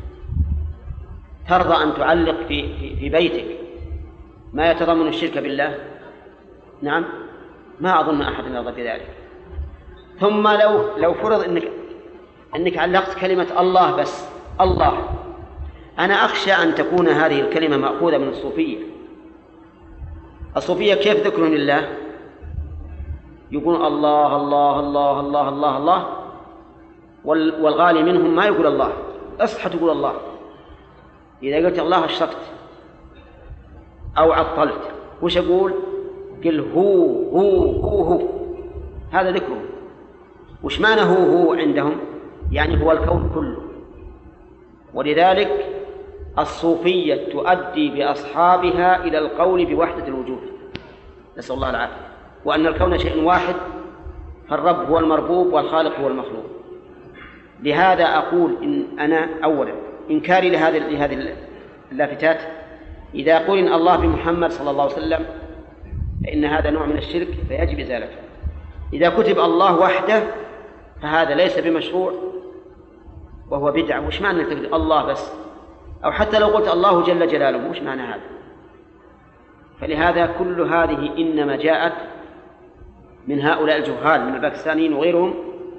ترضى أن تعلق في, في, في بيتك ما يتضمن الشرك بالله؟ نعم، ما أظن أحد يرضى بذلك. ثم لو لو فرض أنك أنك علقت كلمة الله بس، الله، أنا أخشى أن تكون هذه الكلمة مأخوذة من الصوفية. الصوفية كيف ذكرهم لله؟ يقول الله الله الله الله الله الله، والغالي منهم ما يقول الله، أصحى تقول الله. إذا قلت الله أشركت أو عطلت، وش أقول؟ قل هو هو هو هو، هذا ذكره. وش معنى هو هو عندهم؟ يعني هو الكون كله. ولذلك الصوفية تؤدي بأصحابها إلى القول بوحدة الوجود، نسأل الله العافية، وأن الكون شيء واحد، فالرب هو المربوب والخالق هو المخلوق. لهذا أقول إن أنا أولا إنكاري لهذه لهذه اللافتات، إذا قول إن الله بمحمد صلى الله عليه وسلم فإن هذا نوع من الشرك فيجب إزالته. إذا كتب الله وحده فهذا ليس بمشروع وهو بدعة. وش معنى تكتب الله بس؟ أو حتى لو قلت الله جل جلاله، وش معنى هذا؟ فلهذا كل هذه إنما جاءت من هؤلاء الجهال من الباكستانيين وغيرهم،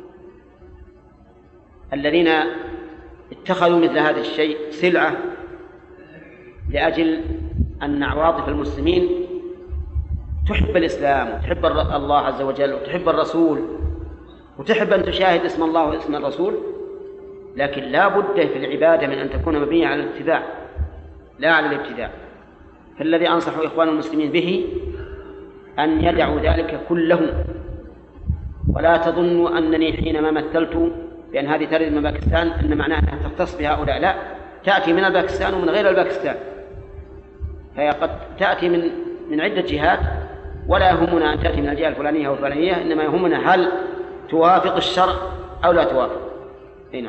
الذين اتخذوا مثل هذا الشيء سلعة لأجل أن عواطف المسلمين تحب الإسلام وتحب الله عز وجل وتحب الرسول وتحب أن تشاهد اسم الله واسم الرسول، لكن لا بد في العبادة من أن تكون مبنية على الاتباع لا على الابتداع. فالذي أنصح إخوان المسلمين به أن يدعوا ذلك كله، ولا تظنوا أنني حينما مثلت بأن هذه ترد من باكستان أن معناه أنها تختص بهؤلاء، لا، تأتي من الباكستان ومن غير الباكستان، فهي قد تأتي من من عدة جهات، ولا يهمنا أن تأتي من الجهة الفلانية أو الفلانية، إنما يهمنا هل توافق الشرع أو لا توافق. هنا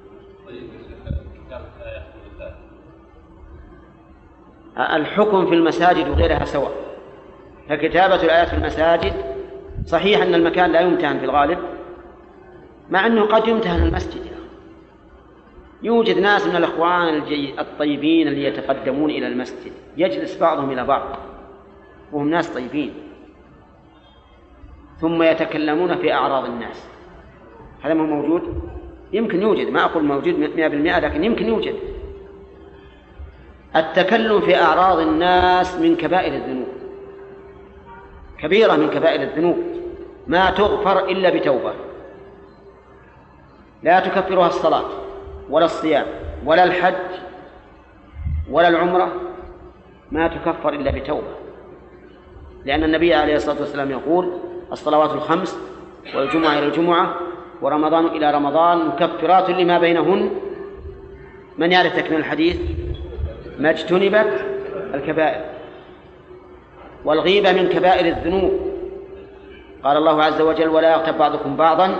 الحكم في المساجد وغيرها سواء، فكتابة الآيات في المساجد صحيح أن المكان لا يمتهن في الغالب، مع أنه قد يمتهن المسجد. يوجد ناس من الأخوان الطيبين اللي يتقدمون إلى المسجد، يجلس بعضهم إلى بعض وهم ناس طيبين، ثم يتكلمون في أعراض الناس. هذا ما موجود؟ يمكن يوجد، ما أقول موجود مئة بالمئة، لكن يمكن يوجد. التكلم في أعراض الناس من كبائر الذنوب، كبيرة من كبائر الذنوب، ما تغفر إلا بتوبة. لا تكفرها الصلاة ولا الصيام ولا الحج ولا العمرة، ما تكفر إلا بتوبة، لأن النبي عليه الصلاة والسلام يقول الصلوات الخمس والجمعة إلى الجمعة ورمضان إلى رمضان مكفرات لما بينهن. من يعرف تكمل الحديث؟ ما اجتنبت الكبائر. والغيبة من كبائر الذنوب، قال الله عز وجل ولا يغتب بعضكم بعضا.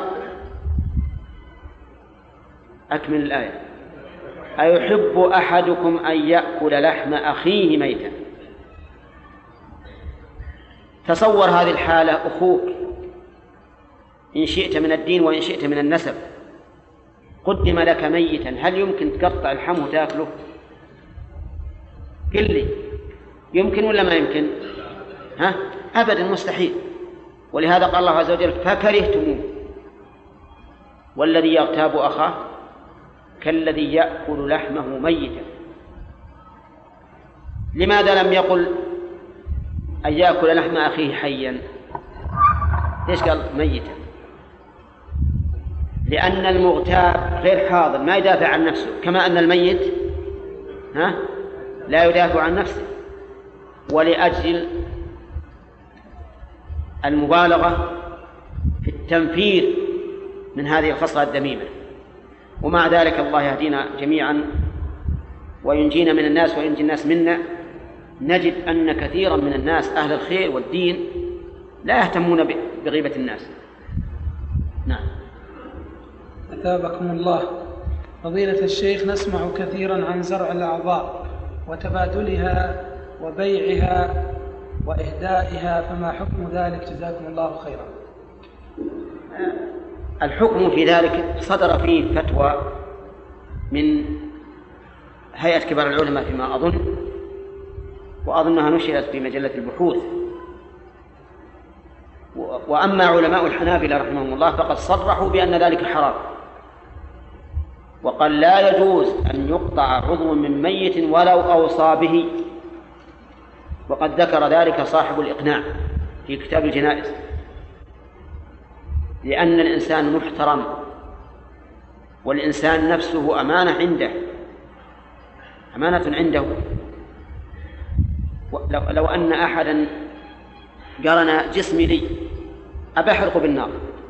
أكمل الآية. أيحب أحدكم أن يأكل لحم أخيه ميتا. تصور هذه الحالة، أخوك إن شئت من الدين وإن شئت من النسب قدم لك ميتا، هل يمكن تقطع اللحم وتأكله؟ قل لي، يمكن ولا ما يمكن؟ ها؟ أبدا، مستحيل. ولهذا قال الله عز وجل فكرهتموه. والذي يغتاب أخاه كالذي يأكل لحمه ميتا. لماذا لم يقل أن يأكل لحم أخيه حيا؟ ليش قال ميتا؟ لأن المغتاب غير حاضر ما يدافع عن نفسه، كما أن الميت ها لا يدافع عن نفسه. ولأجل المبالغة في التنفير من هذه الخصلة الذميمة. ومع ذلك الله يهدينا جميعا وينجينا من الناس وينجي الناس منا. نجد أن كثيرا من الناس أهل الخير والدين لا يهتمون بغيبة الناس. نعم. أثابكم الله. فضيلة الشيخ، نسمع كثيرا عن زرع الأعضاء وتبادلها وبيعها وإهدائها، فما حكم ذلك؟ جزاكم الله خيرا. الحكم في ذلك صدر فيه فتوى من هيئة كبار العلماء فيما أظن، وأظنها نشرت في مجلة البحوث. وأما علماء الحنابلة رحمهم الله فقد صرحوا بأن ذلك حرام، وقال لا يجوز أن يقطع عضو من ميت ولو أوصى به، وقد ذكر ذلك صاحب الإقناع في كتاب الجنائز، لأن الإنسان محترم والإنسان نفسه أمانة عنده، أمانة عنده. لو أن أحدا قال أنا جسمي لي أبى أحرقه بالنار،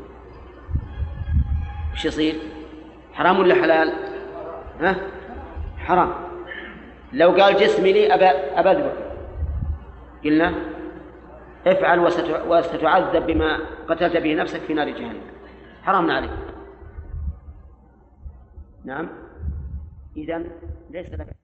وش يصير؟ حرام ولا حلال؟ ها؟ حرام. لو قال جسمي لي أبى أبى أذبحه، قلنا افعل وستعذب بما قتلت به نفسك في نار جهنم، حرام عليك. نعم. إذن ليس لك